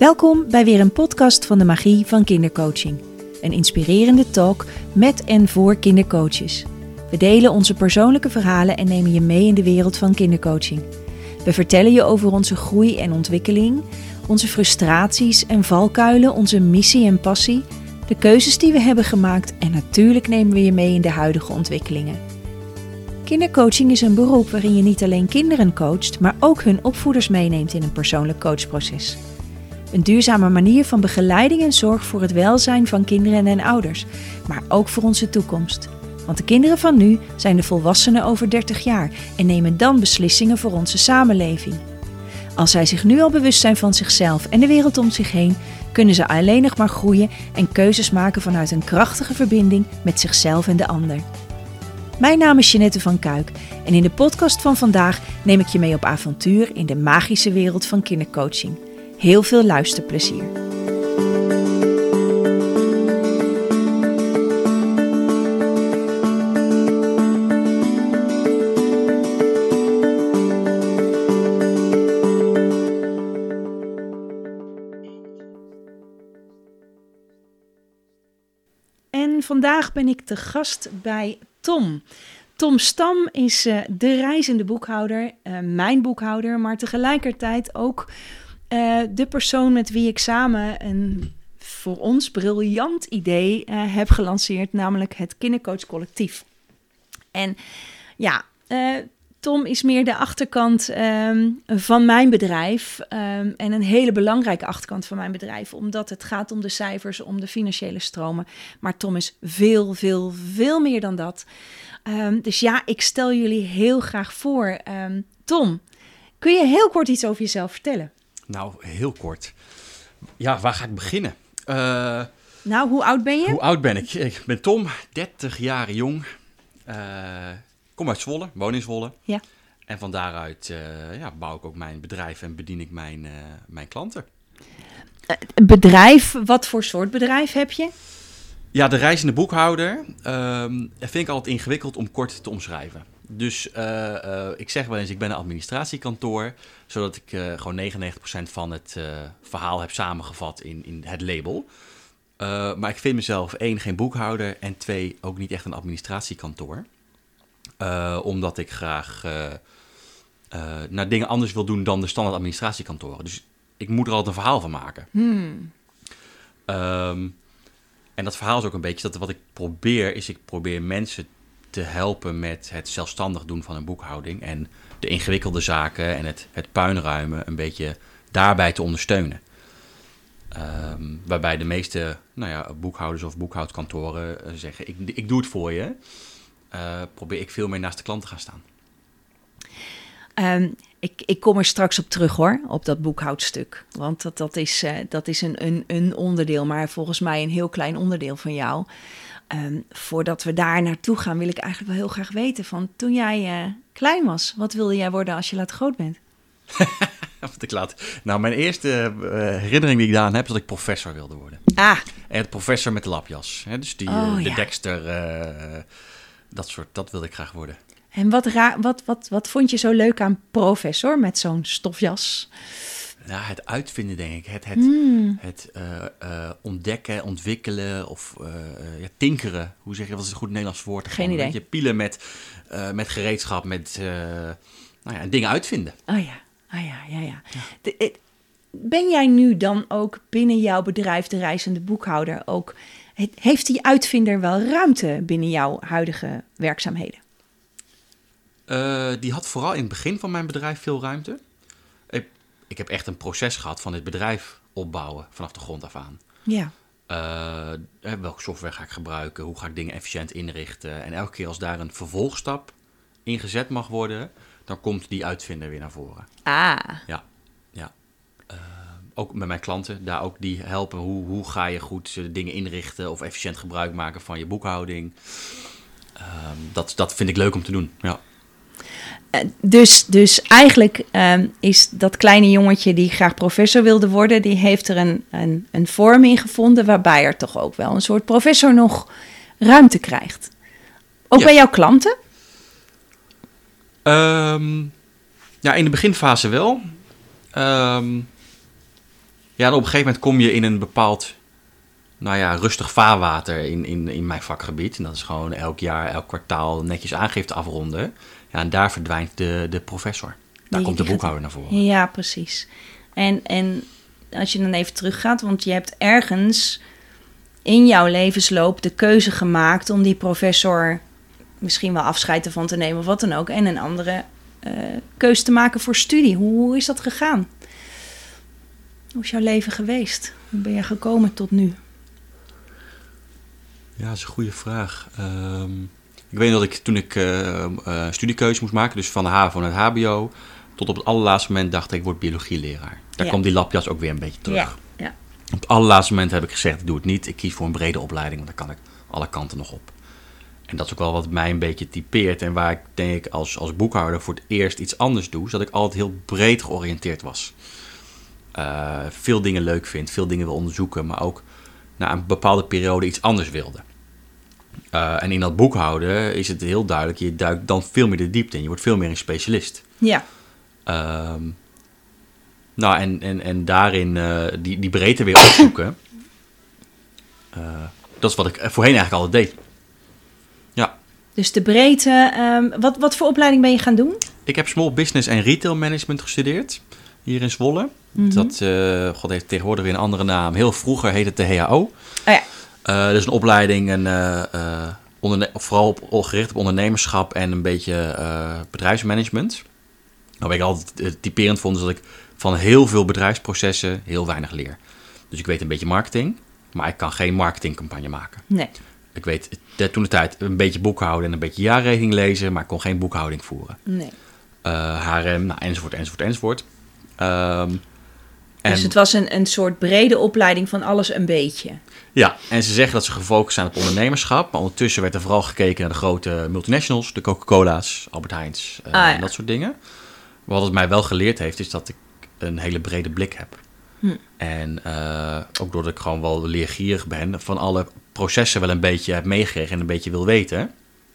Welkom bij weer een podcast van de magie van kindercoaching. Een inspirerende talk met en voor kindercoaches. We delen onze persoonlijke verhalen en nemen je mee in de wereld van kindercoaching. We vertellen je over onze groei en ontwikkeling, onze frustraties en valkuilen, onze missie en passie, de keuzes die we hebben gemaakt en natuurlijk nemen we je mee in de huidige ontwikkelingen. Kindercoaching is een beroep waarin je niet alleen kinderen coacht, maar ook hun opvoeders meeneemt in een persoonlijk coachproces. Een duurzame manier van begeleiding en zorg voor het welzijn van kinderen en ouders, maar ook voor onze toekomst. Want de kinderen van nu zijn de volwassenen over 30 jaar en nemen dan beslissingen voor onze samenleving. Als zij zich nu al bewust zijn van zichzelf en de wereld om zich heen, kunnen ze alleen nog maar groeien en keuzes maken vanuit een krachtige verbinding met zichzelf en de ander. Mijn naam is Jeanette van Kuik en in de podcast van vandaag neem ik je mee op avontuur in de magische wereld van kindercoaching. Heel veel luisterplezier. En vandaag ben ik te gast bij Tom. Tom Stam is de reizende boekhouder, mijn boekhouder, maar tegelijkertijd ook de persoon met wie ik samen een voor ons briljant idee heb gelanceerd, namelijk het Kindercoach Collectief. En ja, Tom is meer de achterkant van mijn bedrijf en een hele belangrijke achterkant van mijn bedrijf, omdat het gaat om de cijfers, om de financiële stromen. Maar Tom is veel meer dan dat. Dus ja, ik stel jullie heel graag voor. Tom, kun je heel kort iets over jezelf vertellen? Nou, heel kort. Ja, waar ga ik beginnen? Nou, hoe oud ben je? Hoe oud ben ik? Ik ben Tom, 30 jaar jong. Kom uit Zwolle, woon in Zwolle. Ja. En van daaruit bouw ik ook mijn bedrijf en bedien ik mijn klanten. Bedrijf, wat voor soort bedrijf heb je? Ja, de reizende boekhouder vind ik altijd ingewikkeld om kort te omschrijven. Dus ik zeg wel eens, ik ben een administratiekantoor, zodat ik gewoon 99% van het verhaal heb samengevat in het label. Maar ik vind mezelf 1, geen boekhouder en 2, ook niet echt een administratiekantoor. Omdat ik graag dingen anders wil doen dan de standaard administratiekantoren. Dus ik moet er altijd een verhaal van maken. En dat verhaal is ook een beetje dat wat ik probeer mensen te helpen met het zelfstandig doen van een boekhouding en de ingewikkelde zaken en het puinruimen een beetje daarbij te ondersteunen. Waarbij de meeste boekhouders of boekhoudkantoren zeggen, ik doe het voor je. Probeer ik veel meer naast de klant te gaan staan. Ik kom er straks op terug hoor, op dat boekhoudstuk. Want dat is een onderdeel, maar volgens mij een heel klein onderdeel van jou. Voordat we daar naartoe gaan, wil ik eigenlijk wel heel graag weten van toen jij klein was, wat wilde jij worden als je later groot bent? Mijn eerste herinnering die ik daaraan heb, is dat ik professor wilde worden. Ah. En professor met de lapjas. Hè? Dus de Dexter, dat wilde ik graag worden. En wat vond je zo leuk aan professor met zo'n stofjas? Ja, het uitvinden, denk ik. Het ontdekken, ontwikkelen of tinkeren. Hoe zeg je, wat is een goed Nederlands woord? Geen idee. Je pielen met gereedschap, met dingen uitvinden. Oh ja. Ben jij nu dan ook binnen jouw bedrijf, de reizende boekhouder, ook? Heeft die uitvinder wel ruimte binnen jouw huidige werkzaamheden? Die had vooral in het begin van mijn bedrijf veel ruimte. Ik heb echt een proces gehad van dit bedrijf opbouwen vanaf de grond af aan. Ja. Welke software ga ik gebruiken? Hoe ga ik dingen efficiënt inrichten? En elke keer als daar een vervolgstap in gezet mag worden, dan komt die uitvinder weer naar voren. Ah. Ja. Ook met mijn klanten, daar ook die helpen. Hoe ga je goed dingen inrichten of efficiënt gebruik maken van je boekhouding? Dat vind ik leuk om te doen, ja. Dus eigenlijk is dat kleine jongetje die graag professor wilde worden, die heeft er een vorm in gevonden waarbij er toch ook wel een soort professor nog ruimte krijgt. Ook bij jouw klanten? In de beginfase wel. Ja, en op een gegeven moment kom je in een bepaald rustig vaarwater in mijn vakgebied. En dat is gewoon elk jaar, elk kwartaal netjes aangifte afronden. Ja, en daar verdwijnt de professor. Daar komt de boekhouder naar voren. Ja, precies. En als je dan even teruggaat, want je hebt ergens in jouw levensloop de keuze gemaakt om die professor misschien wel afscheid ervan te nemen of wat dan ook. En een andere keuze te maken voor studie. Hoe is dat gegaan? Hoe is jouw leven geweest? Hoe ben je gekomen tot nu? Ja, dat is een goede vraag. Ik weet dat toen ik studiekeuze moest maken, dus van de HAVO naar het HBO, tot op het allerlaatste moment dacht ik word biologieleraar. Daar kwam die lapjas ook weer een beetje terug. Ja. Op het allerlaatste moment heb ik gezegd, ik doe het niet. Ik kies voor een brede opleiding, want dan kan ik alle kanten nog op. En dat is ook wel wat mij een beetje typeert. En waar ik denk als boekhouder voor het eerst iets anders doe, is dat ik altijd heel breed georiënteerd was. Veel dingen leuk vind, veel dingen wil onderzoeken, maar ook na een bepaalde periode iets anders wilde. En in dat boekhouden is het heel duidelijk, je duikt dan veel meer de diepte in. Je wordt veel meer een specialist. Ja. En daarin die breedte weer opzoeken. Dat is wat ik voorheen eigenlijk altijd deed. Ja. Dus de breedte. Wat voor opleiding ben je gaan doen? Ik heb Small Business en Retail Management gestudeerd. Hier in Zwolle. Mm-hmm. Dat heeft tegenwoordig weer een andere naam. Heel vroeger heette het de HAO. Oh ja. Dat is een opleiding vooral gericht op ondernemerschap en een beetje bedrijfsmanagement. Wat ik altijd typerend vond, is dat ik van heel veel bedrijfsprocessen heel weinig leer. Dus ik weet een beetje marketing, maar ik kan geen marketingcampagne maken. Nee. Ik weet toen de tijd een beetje boekhouden en een beetje jaarrekening lezen, maar ik kon geen boekhouding voeren. Nee. HRM, enzovoort. Dus het was een soort brede opleiding van alles een beetje. Ja, en ze zeggen dat ze gefocust zijn op ondernemerschap. Maar ondertussen werd er vooral gekeken naar de grote multinationals. De Coca-Cola's, Albert Heijns en dat soort dingen. Wat het mij wel geleerd heeft, is dat ik een hele brede blik heb. En ook doordat ik gewoon wel leergierig ben, van alle processen wel een beetje heb meegekregen en een beetje wil weten.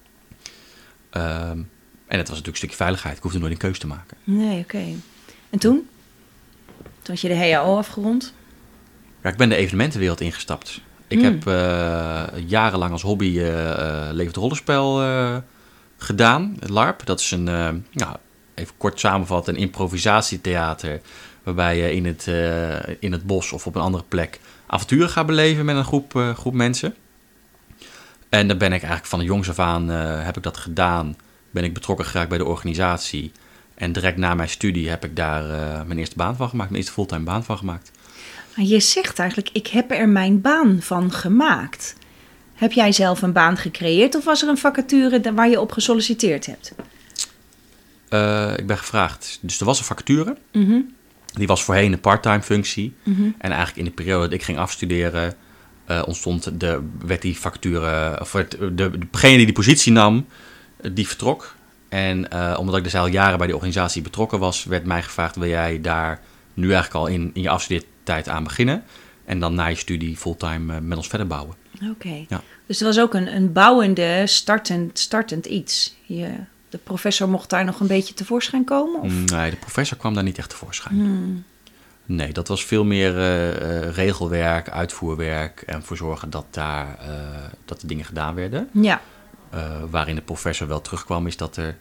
En het was natuurlijk een stukje veiligheid. Ik hoefde nooit een keuze te maken. Nee, oké. En toen? Toen had je de HAO afgerond? Ja, ik ben de evenementenwereld ingestapt. Ik heb jarenlang als hobby levend rollenspel gedaan. Het LARP, dat is een, even kort samenvatten, een improvisatietheater. Waarbij je in het bos of op een andere plek avonturen gaat beleven met een groep mensen. En dan ben ik eigenlijk van de jongs af aan heb ik dat gedaan. Ben ik betrokken geraakt bij de organisatie. En direct na mijn studie heb ik daar mijn eerste baan van gemaakt. Mijn eerste fulltime baan van gemaakt. Je zegt eigenlijk, ik heb er mijn baan van gemaakt. Heb jij zelf een baan gecreëerd of was er een vacature waar je op gesolliciteerd hebt? Ik ben gevraagd. Dus er was een vacature. Mm-hmm. Die was voorheen een parttime functie. Mm-hmm. En eigenlijk in de periode dat ik ging afstuderen, werd die vacature, of degene die positie nam, die vertrok. En omdat ik dus al jaren bij die organisatie betrokken was, werd mij gevraagd, wil jij daar nu eigenlijk al in je afstudeertijd aan beginnen? En dan na je studie fulltime met ons verder bouwen. Oké. Ja. Dus er was ook een bouwende, startend iets. De professor mocht daar nog een beetje tevoorschijn komen? Of? Nee, de professor kwam daar niet echt tevoorschijn. Nee, dat was veel meer regelwerk, uitvoerwerk en voor zorgen dat de dingen gedaan werden. Ja. Waarin de professor wel terugkwam, is dat er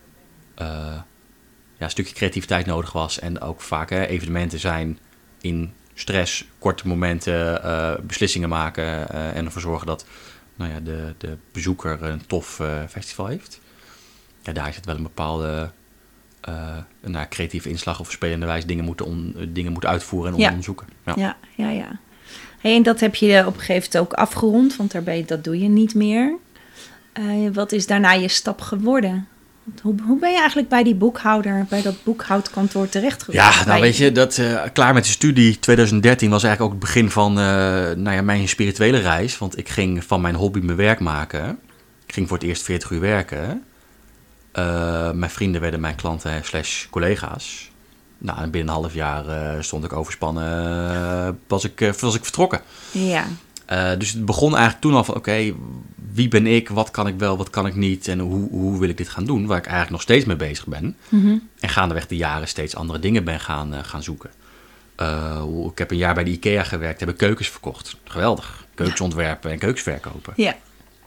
een stukje creativiteit nodig was. En ook vaak evenementen zijn in stress, korte momenten beslissingen maken en ervoor zorgen dat de bezoeker een tof festival heeft. Ja, daar is het wel een bepaalde creatieve inslag of spelende wijze dingen moeten uitvoeren en onderzoeken. Ja. Hey, en dat heb je op een gegeven moment ook afgerond, want dat doe je niet meer. Wat is daarna je stap geworden? Hoe ben je eigenlijk bij die boekhouder, bij dat boekhoudkantoor terechtgekomen? Ja, weet je, klaar met de studie 2013 was eigenlijk ook het begin van mijn spirituele reis. Want ik ging van mijn hobby mijn werk maken. Ik ging voor het eerst 40 uur werken. Mijn vrienden werden mijn klanten / collega's. Nou, en binnen een half jaar stond ik overspannen, was ik vertrokken. Ja. Dus het begon eigenlijk toen al van, oké, wie ben ik, wat kan ik wel, wat kan ik niet en hoe wil ik dit gaan doen, waar ik eigenlijk nog steeds mee bezig ben. Mm-hmm. En gaandeweg de jaren steeds andere dingen ben gaan zoeken. Ik heb een jaar bij de IKEA gewerkt, heb ik keukens verkocht. Geweldig. Keukens ontwerpen en keukens verkopen. Ja.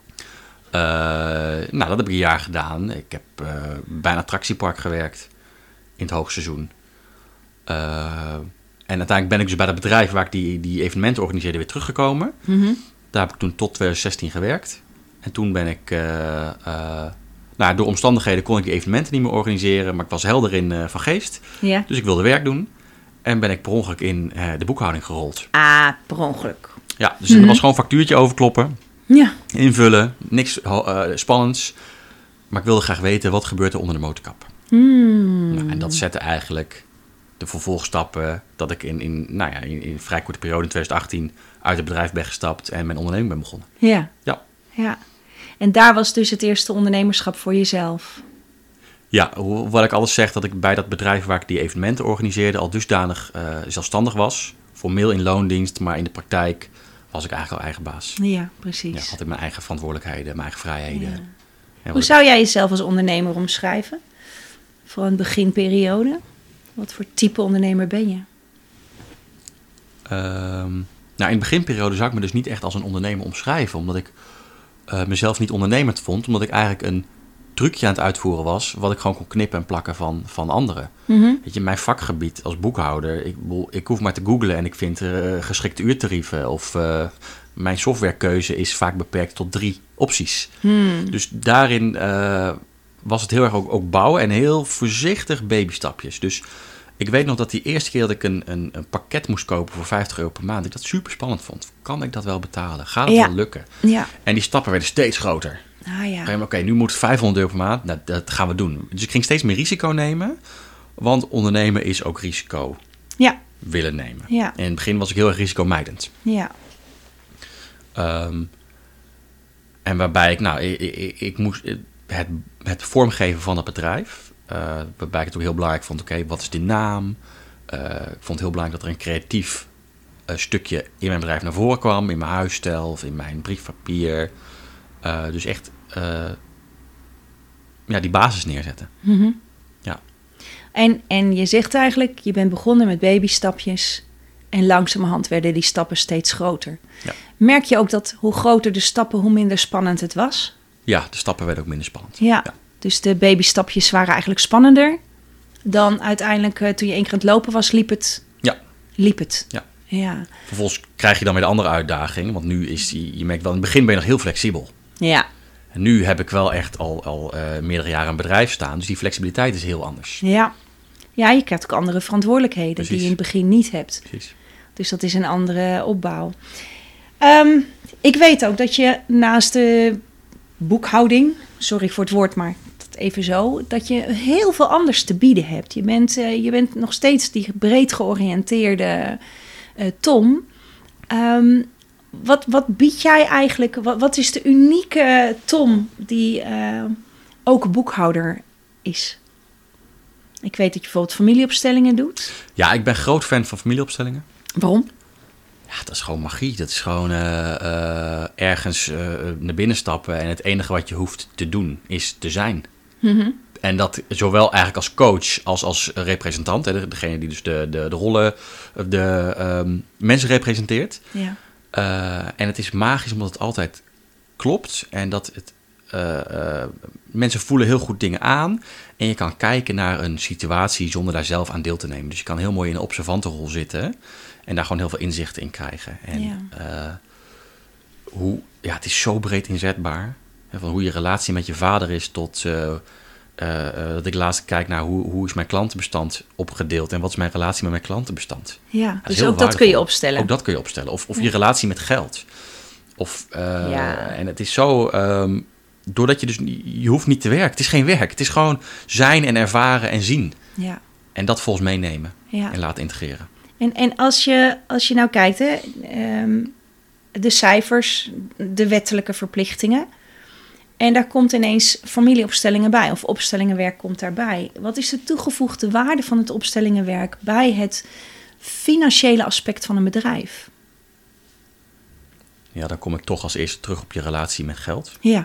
Dat heb ik een jaar gedaan. Ik heb bij een attractiepark gewerkt in het hoogseizoen. En uiteindelijk ben ik dus bij dat bedrijf waar ik die evenementen organiseerde weer teruggekomen. Mm-hmm. Daar heb ik toen tot 2016 gewerkt. En toen ben ik... door omstandigheden kon ik die evenementen niet meer organiseren. Maar ik was helder in van geest. Ja. Dus ik wilde werk doen. En ben ik per ongeluk in de boekhouding gerold. Per ongeluk. Ja, dus er was gewoon een factuurtje overkloppen. Ja. Invullen. Niks spannends. Maar ik wilde graag weten, wat gebeurt er onder de motorkap? En dat zette eigenlijk de vervolgstappen dat ik in een vrij korte periode in 2018 uit het bedrijf ben gestapt en mijn onderneming ben begonnen. Ja. Ja. En daar was dus het eerste ondernemerschap voor jezelf. Ja, hoewel ik alles zeg dat ik bij dat bedrijf waar ik die evenementen organiseerde al dusdanig zelfstandig was. Formeel in loondienst, maar in de praktijk was ik eigenlijk al eigen baas. Ja, precies. Ja, had ik mijn eigen verantwoordelijkheden, mijn eigen vrijheden. Ja. En Hoe zou jij jezelf als ondernemer omschrijven? Voor een beginperiode? Wat voor type ondernemer ben je? In de beginperiode zou ik me dus niet echt als een ondernemer omschrijven. Omdat ik mezelf niet ondernemend vond. Omdat ik eigenlijk een trucje aan het uitvoeren was. Wat ik gewoon kon knippen en plakken van anderen. Mm-hmm. Weet je, mijn vakgebied als boekhouder. Ik hoef maar te googlen en ik vind geschikte uurtarieven. Of mijn softwarekeuze is vaak beperkt tot 3 opties. Dus daarin was het heel erg ook bouwen en heel voorzichtig babystapjes. Dus ik weet nog dat die eerste keer dat ik een pakket moest kopen voor €50 per maand, ik dat super spannend vond. Kan ik dat wel betalen? Gaat het wel lukken? Ja. En die stappen werden steeds groter. Oké, nu moet het €500 per maand. Nou, dat gaan we doen. Dus ik ging steeds meer risico nemen. Want ondernemen is ook risico willen nemen. Ja. En in het begin was ik heel erg risicomijdend. Ja. En waarbij ik moest het vormgeven van het bedrijf. Waarbij ik het ook heel belangrijk vond. Oké, wat is de naam? Ik vond het heel belangrijk dat er een creatief stukje in mijn bedrijf naar voren kwam. In mijn huisstijl of in mijn briefpapier. Dus echt die basis neerzetten. Mm-hmm. Ja. En je zegt eigenlijk, je bent begonnen met babystapjes. En langzamerhand werden die stappen steeds groter. Ja. Merk je ook dat hoe groter de stappen, hoe minder spannend het was? Ja, de stappen werden ook minder spannend. Ja. Dus de babystapjes waren eigenlijk spannender. Dan uiteindelijk, toen je 1 keer aan het lopen was, liep het. Ja. Vervolgens krijg je dan weer de andere uitdaging. Want nu je merkt wel, in het begin ben je nog heel flexibel. Ja. En nu heb ik wel echt al meerdere jaren een bedrijf staan. Dus die flexibiliteit is heel anders. Ja. Ja, je krijgt ook andere verantwoordelijkheden. Precies. Die je in het begin niet hebt. Precies. Dus dat is een andere opbouw. Ik weet ook dat je naast de boekhouding, sorry voor het woord, maar even zo, dat je heel veel anders te bieden hebt. Je bent nog steeds die breed georiënteerde Tom. Wat bied jij eigenlijk? Wat is de unieke Tom die ook boekhouder is? Ik weet dat je bijvoorbeeld familieopstellingen doet. Ja, ik ben groot fan van familieopstellingen. Waarom? Ja, dat is gewoon magie. Dat is gewoon ergens naar binnen stappen en het enige wat je hoeft te doen is te zijn. Mm-hmm. En dat zowel eigenlijk als coach als representant. Hè, degene die dus de rollen, de mensen representeert. Ja. En het is magisch omdat het altijd klopt. En dat het mensen voelen heel goed dingen aan. En je kan kijken naar een situatie zonder daar zelf aan deel te nemen. Dus je kan heel mooi in een observantenrol zitten. En daar gewoon heel veel inzichten in krijgen. En het is zo breed inzetbaar. Van hoe je relatie met je vader is tot dat ik laatst kijk naar hoe is mijn klantenbestand opgedeeld en wat is mijn relatie met mijn klantenbestand. Ja, dus ook dat kun je opstellen. Ook dat kun je opstellen. Of je relatie met geld. En het is zo, doordat je dus, je hoeft niet te werken. Het is geen werk. Het is gewoon zijn en ervaren en zien. Ja. En dat volgens meenemen en laten integreren. En als je nou kijkt, hè, de cijfers, de wettelijke verplichtingen. En daar komt ineens familieopstellingen bij. Of opstellingenwerk komt daarbij. Wat is de toegevoegde waarde van het opstellingenwerk bij het financiële aspect van een bedrijf? Ja, dan kom ik toch als eerste terug op je relatie met geld. Ja.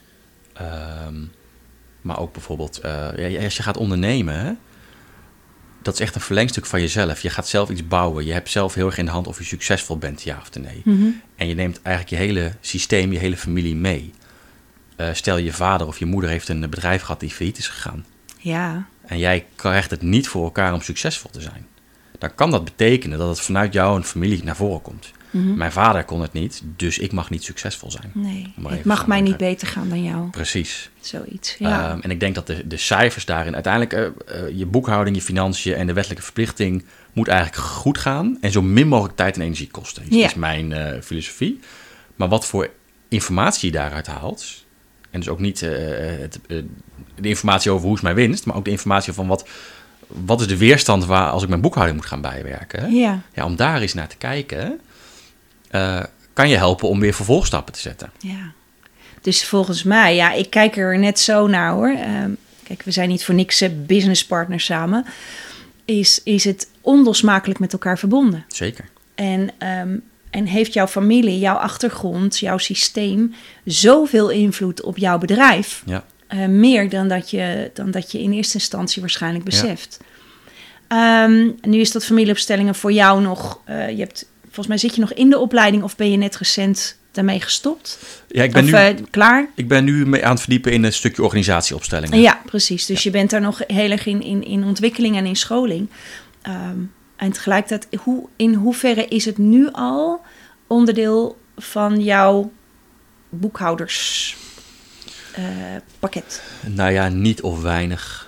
Maar ook bijvoorbeeld, als je gaat ondernemen, hè, dat is echt een verlengstuk van jezelf. Je gaat zelf iets bouwen. Je hebt zelf heel erg in de hand of je succesvol bent, ja of nee. Mm-hmm. En je neemt eigenlijk je hele systeem, je hele familie mee. Stel je vader of je moeder heeft een bedrijf gehad die failliet is gegaan. Ja. En jij krijgt het niet voor elkaar om succesvol te zijn. Dan kan dat betekenen dat het vanuit jou en familie naar voren komt. Mm-hmm. Mijn vader kon het niet, dus ik mag niet succesvol zijn. Nee, het mag mij niet beter gaan dan jou. Precies. Zoiets, ja. En ik denk dat de cijfers daarin uiteindelijk... je boekhouding, je financiën en de wettelijke verplichting... moet eigenlijk goed gaan en zo min mogelijk tijd en energie kosten. Dat is mijn filosofie. Maar wat voor informatie je daaruit haalt... en dus ook niet de informatie over hoe is mijn winst... maar ook de informatie van wat is de weerstand... waar als ik mijn boekhouding moet gaan bijwerken. Ja, om daar eens naar te kijken... kan je helpen om weer vervolgstappen te zetten. Ja. Dus volgens mij, ik kijk er net zo naar hoor. Kijk, we zijn niet voor niks businesspartners samen. Is het onlosmakelijk met elkaar verbonden. Zeker. En heeft jouw familie, jouw achtergrond, jouw systeem... zoveel invloed op jouw bedrijf... Ja. Meer dan dat je in eerste instantie waarschijnlijk beseft. Ja. Nu is dat familieopstellingen voor jou nog... volgens mij zit je nog in de opleiding... of ben je net recent daarmee gestopt? Ja, ik ben nu klaar. Ik ben nu mee aan het verdiepen in een stukje organisatieopstellingen. Ja, precies. Dus je bent daar nog heel erg in ontwikkeling en in scholing. En tegelijkertijd, in hoeverre is het nu al onderdeel van jouw boekhouders... pakket? Nou ja, niet of weinig.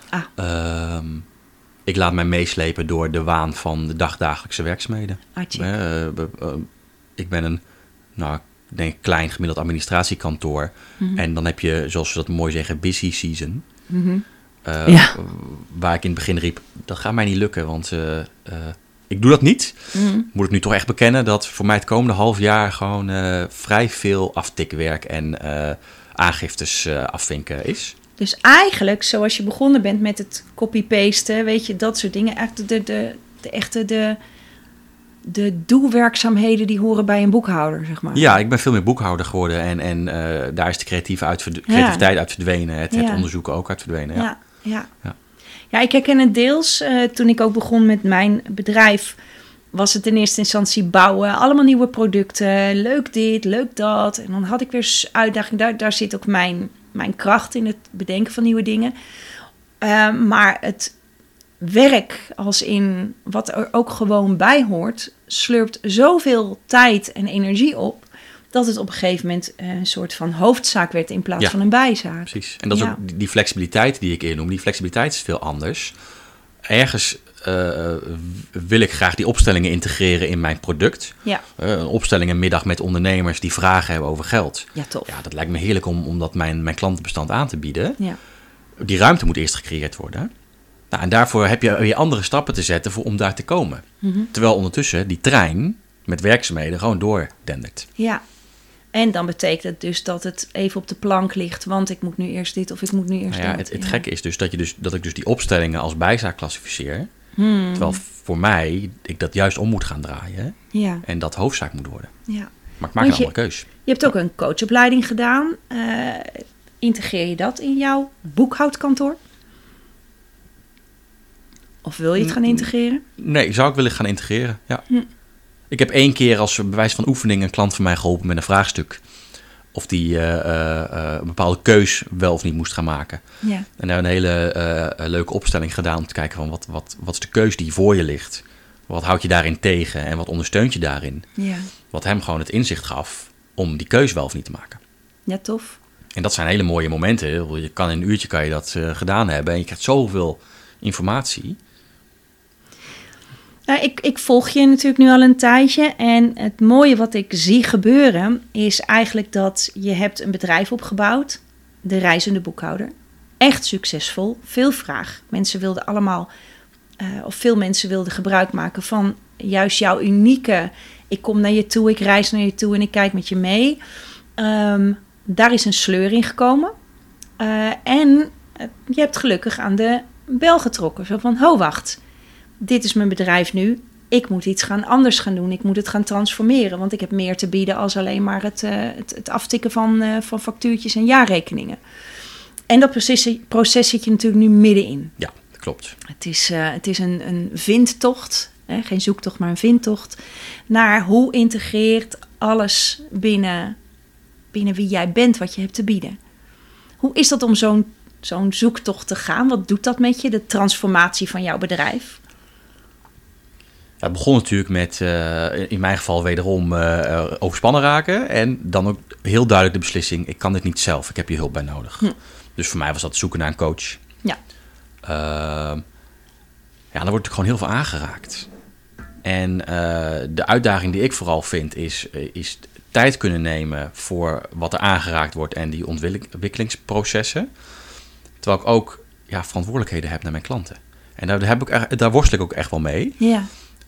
Ik laat mij meeslepen door de waan van de dagdagelijkse werkzaamheden. Ik ben een klein gemiddeld administratiekantoor. Mm-hmm. En dan heb je, zoals ze dat mooi zeggen, busy season. Mm-hmm. Waar ik in het begin riep, dat gaat mij niet lukken, want ik doe dat niet. Mm-hmm. Moet ik nu toch echt bekennen dat voor mij het komende half jaar gewoon vrij veel aftikwerk en aangiftes afvinken is. Dus eigenlijk, zoals je begonnen bent met het copy-pasten, weet je, dat soort dingen. Echt de doelwerkzaamheden die horen bij een boekhouder, zeg maar. Ja, ik ben veel meer boekhouder geworden en daar is de creativiteit uit verdwenen. Het onderzoeken ook uit verdwenen. Ja, ik herken het deels. Toen ik ook begon met mijn bedrijf, was het in eerste instantie bouwen. Allemaal nieuwe producten. Leuk dit, leuk dat. En dan had ik weer uitdaging. Daar zit ook mijn kracht in het bedenken van nieuwe dingen. Maar het werk, als in wat er ook gewoon bij hoort, slurpt zoveel tijd en energie op, dat het op een gegeven moment een soort van hoofdzaak werd in plaats van een bijzaak. Precies. En dat is ook die flexibiliteit die ik innoem. Die flexibiliteit is veel anders. Ergens wil ik graag die opstellingen integreren in mijn product. Ja. Een opstellingenmiddag met ondernemers die vragen hebben over geld. Ja, tof. Ja, dat lijkt me heerlijk om dat mijn klantenbestand aan te bieden. Ja. Die ruimte moet eerst gecreëerd worden. Nou, en daarvoor heb je weer andere stappen te zetten om daar te komen. Mm-hmm. Terwijl ondertussen die trein met werkzaamheden gewoon doordendert. Ja. En dan betekent het dus dat het even op de plank ligt, want ik moet nu eerst dit of ik moet nu eerst dat. Het gekke is dus dat ik die opstellingen als bijzaak klassificeer. Terwijl voor mij ik dat juist om moet gaan draaien. Ja. En dat hoofdzaak moet worden. Ja. Maar ik maak een andere keus. Je hebt ook een coachopleiding gedaan. Integreer je dat in jouw boekhoudkantoor? Of wil je het gaan integreren? Nee, zou ik willen gaan integreren, ja. Ik heb 1 keer als bewijs van oefening een klant van mij geholpen met een vraagstuk. Of die een bepaalde keus wel of niet moest gaan maken. Ja. En daar een hele leuke opstelling gedaan om te kijken van wat is de keus die voor je ligt. Wat houd je daarin tegen en wat ondersteunt je daarin? Ja. Wat hem gewoon het inzicht gaf om die keus wel of niet te maken. Ja, tof. En dat zijn hele mooie momenten. Je kan in een uurtje dat gedaan hebben en je krijgt zoveel informatie. Nou, ik volg je natuurlijk nu al een tijdje. En het mooie wat ik zie gebeuren is eigenlijk dat je hebt een bedrijf opgebouwd. De reizende boekhouder. Echt succesvol. Veel vraag. Mensen wilden allemaal, veel mensen wilden gebruik maken van juist jouw unieke. Ik kom naar je toe, ik reis naar je toe en ik kijk met je mee. Daar is een sleur in gekomen. En je hebt gelukkig aan de bel getrokken. Zo van, wacht. Dit is mijn bedrijf nu. Ik moet iets anders gaan doen. Ik moet het gaan transformeren. Want ik heb meer te bieden als alleen maar het aftikken van factuurtjes en jaarrekeningen. En dat proces zit je natuurlijk nu middenin. Ja, Klopt. Het is een vindtocht, geen zoektocht, maar een vindtocht naar hoe integreert alles binnen wie jij bent, wat je hebt te bieden. Hoe is dat om zo'n zoektocht te gaan? Wat doet dat met je, de transformatie van jouw bedrijf? Ja, het begon natuurlijk met, in mijn geval wederom, overspannen raken. En dan ook heel duidelijk de beslissing, ik kan dit niet zelf, ik heb hier hulp bij nodig. Dus voor mij was dat zoeken naar een coach. Ja. Dan wordt natuurlijk gewoon heel veel aangeraakt. En de uitdaging die ik vooral vind is tijd kunnen nemen voor wat er aangeraakt wordt en die ontwikkelingsprocessen. Terwijl ik ook verantwoordelijkheden heb naar mijn klanten. En daar worstel ik ook echt wel mee. Ja.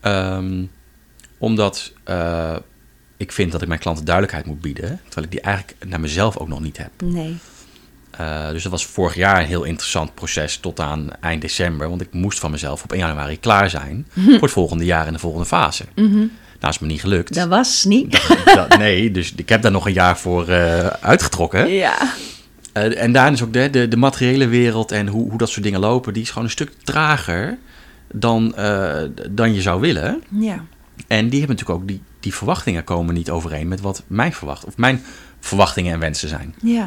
Omdat ik vind dat ik mijn klanten duidelijkheid moet bieden, terwijl ik die eigenlijk naar mezelf ook nog niet heb. Nee. Dus dat was vorig jaar een heel interessant proces tot aan eind december. Want ik moest van mezelf op 1 januari klaar zijn voor het volgende jaar en de volgende fase. Nou, is me niet gelukt. Dat was niet. Nee, dus ik heb daar nog een jaar voor uitgetrokken. Ja. En daarin is ook de materiële wereld en hoe dat soort dingen lopen, die is gewoon een stuk trager dan je zou willen. Ja. En die hebben natuurlijk ook, die verwachtingen komen niet overeen met wat mijn verwachtingen en wensen zijn. Ja.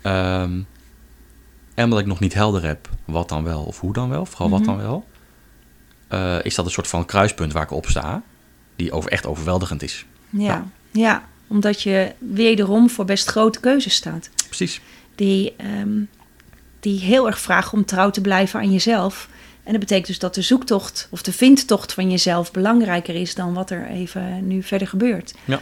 En omdat ik nog niet helder heb wat dan wel of hoe dan wel, vooral wat dan wel, is dat een soort van kruispunt waar ik op sta, die echt overweldigend is. Ja, omdat je wederom voor best grote keuzes staat. Precies. Die heel erg vragen om trouw te blijven aan jezelf. En dat betekent dus dat de zoektocht of de vindtocht van jezelf belangrijker is dan wat er even nu verder gebeurt. Ja.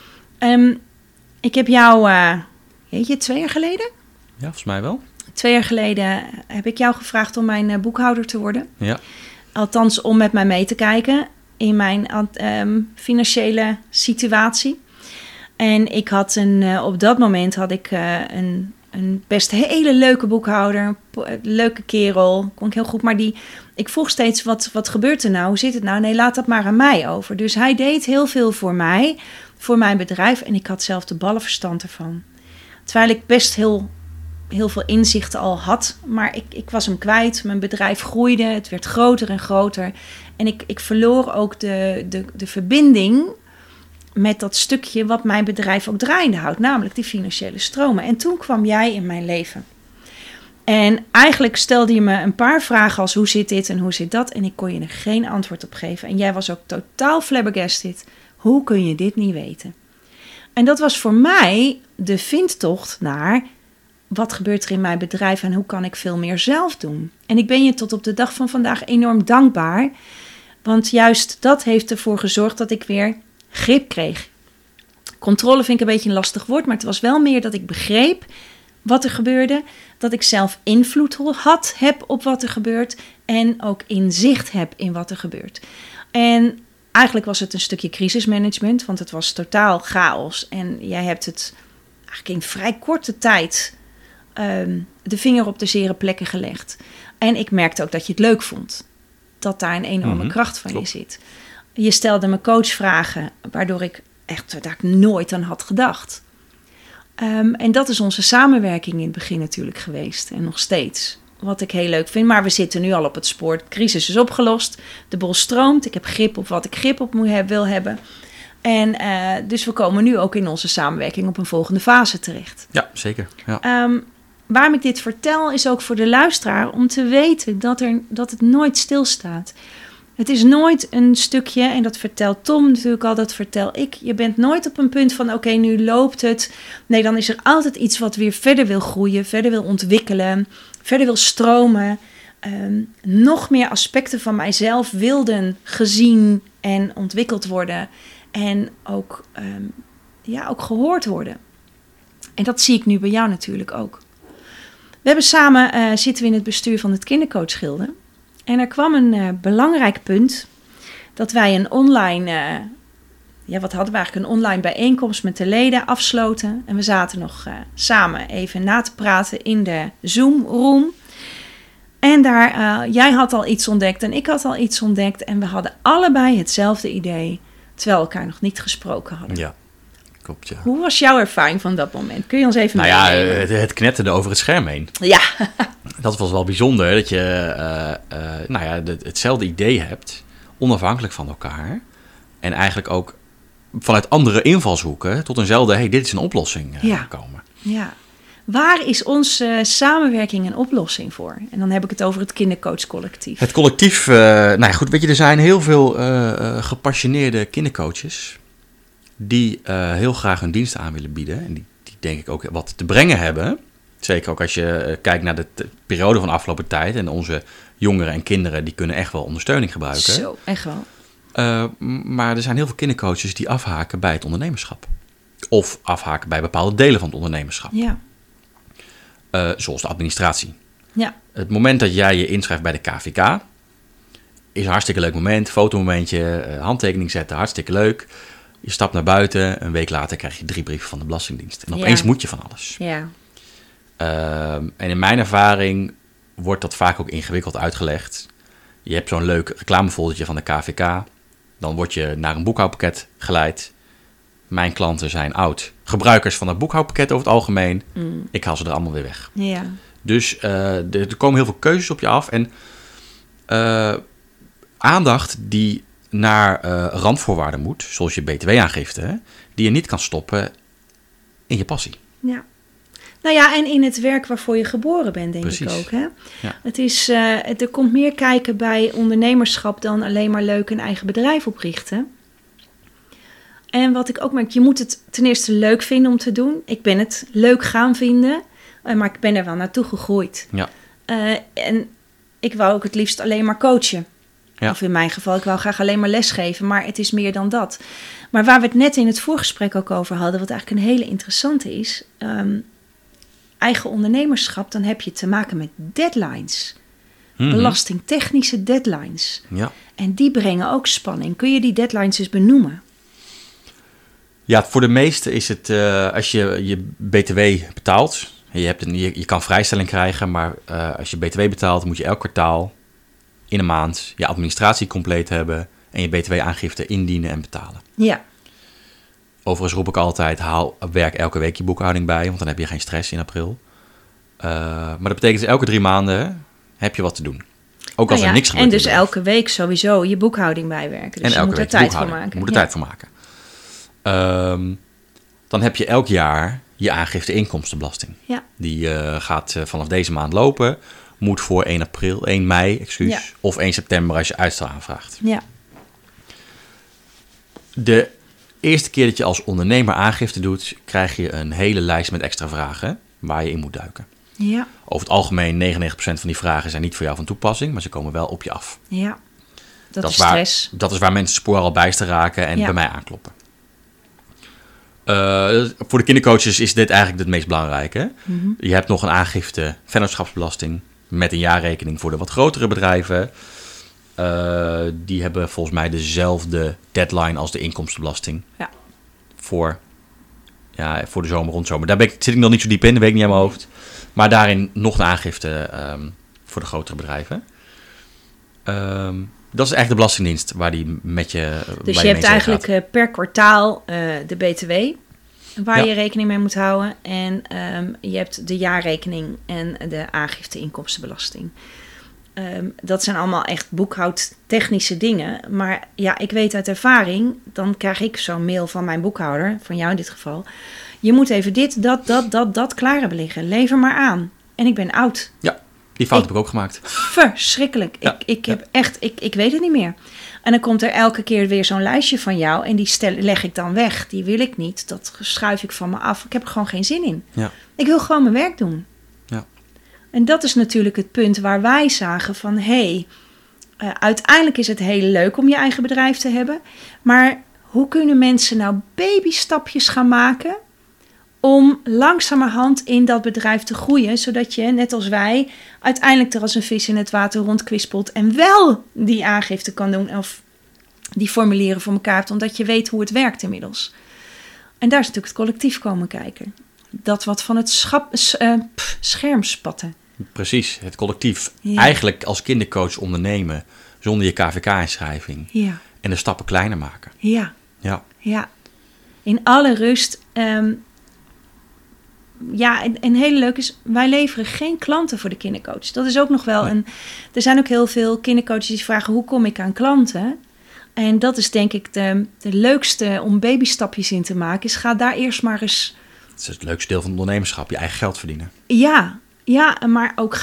Ik heb jou, 2 jaar geleden? Ja, volgens mij wel. 2 jaar geleden heb ik jou gevraagd om mijn boekhouder te worden. Ja. Althans, om met mij mee te kijken in mijn financiële situatie. En ik had op dat moment had ik een best hele leuke boekhouder, leuke kerel, kon ik heel goed. Maar ik vroeg steeds, wat gebeurt er nou? Hoe zit het nou? Nee, laat dat maar aan mij over. Dus hij deed heel veel voor mij, voor mijn bedrijf. En ik had zelf de ballenverstand ervan. Terwijl ik best heel veel inzichten al had. Maar ik was hem kwijt. Mijn bedrijf groeide. Het werd groter en groter. En ik verloor ook de verbinding met dat stukje wat mijn bedrijf ook draaiende houdt. Namelijk die financiële stromen. En toen kwam jij in mijn leven. En eigenlijk stelde je me een paar vragen als hoe zit dit en hoe zit dat. En ik kon je er geen antwoord op geven. En jij was ook totaal flabbergasted. Hoe kun je dit niet weten? En dat was voor mij de vindtocht naar wat gebeurt er in mijn bedrijf en hoe kan ik veel meer zelf doen. En ik ben je tot op de dag van vandaag enorm dankbaar. Want juist dat heeft ervoor gezorgd dat ik weer grip kreeg. Controle vind ik een beetje een lastig woord, maar het was wel meer dat ik begreep wat er gebeurde. Dat ik zelf invloed heb op wat er gebeurt en ook inzicht heb in wat er gebeurt. En eigenlijk was het een stukje crisismanagement, want het was totaal chaos. En jij hebt het eigenlijk in vrij korte tijd de vinger op de zere plekken gelegd. En ik merkte ook dat je het leuk vond. Dat daar een enorme kracht van in zit. Je stelde me coachvragen, waardoor ik daar nooit aan had gedacht. En dat is onze samenwerking in het begin natuurlijk geweest. En nog steeds. Wat ik heel leuk vind. Maar we zitten nu al op het spoor. De crisis is opgelost. De boel stroomt. Ik heb grip op wat ik grip op wil hebben. En dus we komen nu ook in onze samenwerking op een volgende fase terecht. Ja, zeker. Ja. Waarom ik dit vertel is ook voor de luisteraar om te weten dat het nooit stilstaat. Het is nooit een stukje, en dat vertelt Tom natuurlijk al, dat vertel ik. Je bent nooit op een punt van oké, nu loopt het. Nee, dan is er altijd iets wat weer verder wil groeien, verder wil ontwikkelen, verder wil stromen. Nog meer aspecten van mijzelf wilden gezien en ontwikkeld worden. En ook gehoord worden. En dat zie ik nu bij jou natuurlijk ook. We hebben samen, zitten we in het bestuur van het Kindercoach Gilde. En er kwam een belangrijk punt dat wij een online, een online bijeenkomst met de leden afsloten. En we zaten nog samen even na te praten in de Zoom-room. En daar, jij had al iets ontdekt en ik had al iets ontdekt. En we hadden allebei hetzelfde idee, terwijl we elkaar nog niet gesproken hadden. Ja, klopt, ja. Hoe was jouw ervaring van dat moment? Kun je ons even meenemen? Het knetterde over het scherm heen. Ja. Dat was wel bijzonder, dat je hetzelfde idee hebt, onafhankelijk van elkaar. En eigenlijk ook vanuit andere invalshoeken tot eenzelfde, dit is een oplossing komen. Ja. Waar is onze samenwerking een oplossing voor? En dan heb ik het over het kindercoachcollectief. Het collectief, er zijn heel veel gepassioneerde kindercoaches die heel graag hun diensten aan willen bieden. En die denk ik ook wat te brengen hebben. Zeker ook als je kijkt naar de periode van de afgelopen tijd. En onze jongeren en kinderen, die kunnen echt wel ondersteuning gebruiken. Zo, echt wel. Maar er zijn heel veel kindercoaches die afhaken bij het ondernemerschap. Of afhaken bij bepaalde delen van het ondernemerschap. Ja. Zoals de administratie. Ja. Het moment dat jij je inschrijft bij de KVK is een hartstikke leuk moment. Fotomomentje, handtekening zetten, hartstikke leuk. Je stapt naar buiten, een week later krijg je 3 brieven van de Belastingdienst. En opeens moet je van alles. Ja. En in mijn ervaring wordt dat vaak ook ingewikkeld uitgelegd. Je hebt zo'n leuk reclamefoldertje van de KVK. Dan word je naar een boekhoudpakket geleid. Mijn klanten zijn oud gebruikers van het boekhoudpakket over het algemeen. Ik haal ze er allemaal weer weg. Ja. Dus er komen heel veel keuzes op je af. En aandacht die naar randvoorwaarden moet, zoals je btw-aangifte, die je niet kan stoppen in je passie. Ja. Nou ja, en in het werk waarvoor je geboren bent, denk ik ook. Hè? Ja. Het is, er komt meer kijken bij ondernemerschap dan alleen maar leuk een eigen bedrijf oprichten. En wat ik ook merk, je moet het ten eerste leuk vinden om te doen. Ik ben het leuk gaan vinden, maar ik ben er wel naartoe gegroeid. Ja. En ik wou ook het liefst alleen maar coachen. Ja. Of in mijn geval, ik wou graag alleen maar lesgeven, maar het is meer dan dat. Maar waar we het net in het voorgesprek ook over hadden, wat eigenlijk een hele interessante is, eigen ondernemerschap, dan heb je te maken met deadlines. Belastingtechnische deadlines. Ja. En die brengen ook spanning. Kun je die deadlines eens benoemen? Ja, voor de meesten is het, als je btw betaalt, je kan vrijstelling krijgen, maar als je btw betaalt, moet je elk kwartaal in een maand je administratie compleet hebben en je btw-aangifte indienen en betalen. Ja. Overigens roep ik altijd, werk elke week je boekhouding bij, want dan heb je geen stress in april. Maar dat betekent dus elke 3 maanden heb je wat te doen. Ook als er niks gebeurt. En dus elke week sowieso je boekhouding bijwerken. Dus en je moet er tijd voor maken. Je moet er tijd voor maken. Dan heb je elk jaar je aangifte inkomstenbelasting. Ja. Die gaat vanaf deze maand lopen. Moet voor 1 mei, of 1 september als je uitstel aanvraagt. Ja. De eerste keer dat je als ondernemer aangifte doet, krijg je een hele lijst met extra vragen waar je in moet duiken. Ja. Over het algemeen, 99% van die vragen zijn niet voor jou van toepassing, maar ze komen wel op je af. Ja. Dat is stress. Dat is waar mensen spoor al bijster raken en bij mij aankloppen. Voor de kindercoaches is dit eigenlijk het meest belangrijke. Mm-hmm. Je hebt nog een aangifte vennootschapsbelasting met een jaarrekening voor de wat grotere bedrijven. Die hebben volgens mij dezelfde deadline als de inkomstenbelasting. Ja. Voor de zomer, rondzomer. Daar zit ik nog niet zo diep in, dat weet ik niet aan mijn hoofd. Maar daarin nog een aangifte voor de grotere bedrijven. Dat is echt de Belastingdienst waar die met je... Dus je hebt eigenlijk per kwartaal de BTW waar je rekening mee moet houden. En je hebt de jaarrekening en de aangifte inkomstenbelasting. Dat zijn allemaal echt boekhoudtechnische dingen. Maar ja, ik weet uit ervaring, dan krijg ik zo'n mail van mijn boekhouder, van jou in dit geval. Je moet even dit, dat klaar hebben liggen. Lever maar aan. En ik ben oud. Ja, die fout heb ik ook gemaakt. Verschrikkelijk. Ja, ik weet het niet meer. En dan komt er elke keer weer zo'n lijstje van jou en die leg ik dan weg. Die wil ik niet. Dat schuif ik van me af. Ik heb er gewoon geen zin in. Ja. Ik wil gewoon mijn werk doen. Ja. En dat is natuurlijk het punt waar wij zagen van uiteindelijk is het heel leuk om je eigen bedrijf te hebben. Maar hoe kunnen mensen nou babystapjes gaan maken om langzamerhand in dat bedrijf te groeien, zodat je, net als wij, uiteindelijk er als een vis in het water rondkwispelt en wel die aangifte kan doen of die formulieren voor elkaar hebt, omdat je weet hoe het werkt inmiddels. En daar is natuurlijk het collectief komen kijken. Dat wat van het scherm spatten. Precies, het collectief. Ja. Eigenlijk als kindercoach ondernemen zonder je KVK-inschrijving. Ja. En de stappen kleiner maken. Ja. Ja. Ja. In alle rust. en heel leuk is, wij leveren geen klanten voor de kindercoach. Dat is ook nog wel er zijn ook heel veel kindercoaches die vragen, hoe kom ik aan klanten? En dat is denk ik de leukste om babystapjes in te maken, is ga daar eerst maar eens... Het is het leukste deel van het ondernemerschap, je eigen geld verdienen. Ja, maar ook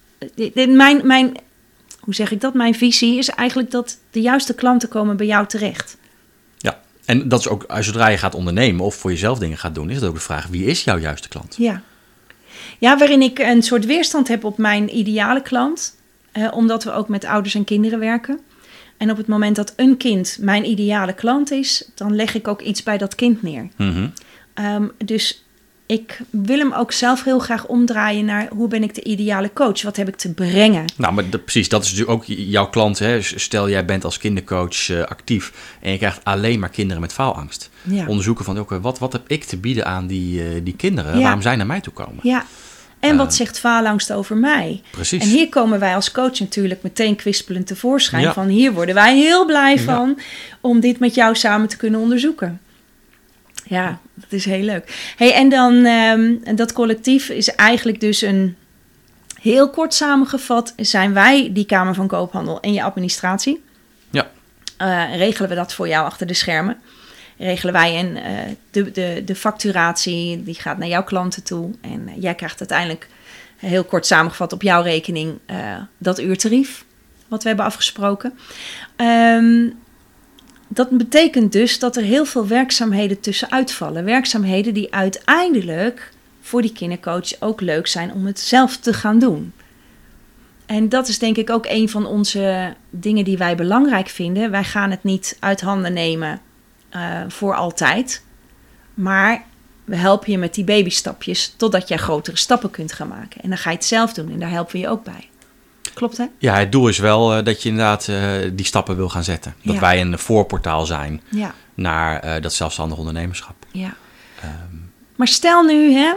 hoe zeg ik dat? Mijn visie is eigenlijk dat de juiste klanten komen bij jou terecht. Ja, en dat is ook, zodra je gaat ondernemen of voor jezelf dingen gaat doen, is het ook de vraag, wie is jouw juiste klant? Ja, waarin ik een soort weerstand heb op mijn ideale klant, omdat we ook met ouders en kinderen werken. En op het moment dat een kind mijn ideale klant is, dan leg ik ook iets bij dat kind neer. Mm-hmm. Dus ik wil hem ook zelf heel graag omdraaien naar hoe ben ik de ideale coach? Wat heb ik te brengen? Nou, maar precies, dat is natuurlijk ook jouw klant. Hè? Stel, jij bent als kindercoach actief en je krijgt alleen maar kinderen met faalangst. Ja. Onderzoeken van, wat heb ik te bieden aan die kinderen? Waarom zij naar mij toe komen? Ja. En wat zegt faalangst over mij? Precies. En hier komen wij als coach natuurlijk meteen kwispelend tevoorschijn. Ja. Van hier worden wij heel blij van om dit met jou samen te kunnen onderzoeken. Ja, dat is heel leuk. Hey, en dan dat collectief is eigenlijk dus een... Heel kort samengevat zijn wij die Kamer van Koophandel en je administratie. Ja. Regelen we dat voor jou achter de schermen. Regelen wij de facturatie, die gaat naar jouw klanten toe. En jij krijgt uiteindelijk, heel kort samengevat op jouw rekening, dat uurtarief wat we hebben afgesproken. Dat betekent dus dat er heel veel werkzaamheden tussenuit vallen. Werkzaamheden die uiteindelijk voor die kindercoach ook leuk zijn om het zelf te gaan doen. En dat is denk ik ook een van onze dingen die wij belangrijk vinden. Wij gaan het niet uit handen nemen voor altijd. Maar we helpen je met die babystapjes totdat jij grotere stappen kunt gaan maken. En dan ga je het zelf doen en daar helpen we je ook bij. Klopt, hè? Ja, het doel is wel dat je inderdaad die stappen wil gaan zetten. Dat wij een voorportaal zijn naar dat zelfstandig ondernemerschap. Ja. Maar stel nu, hè,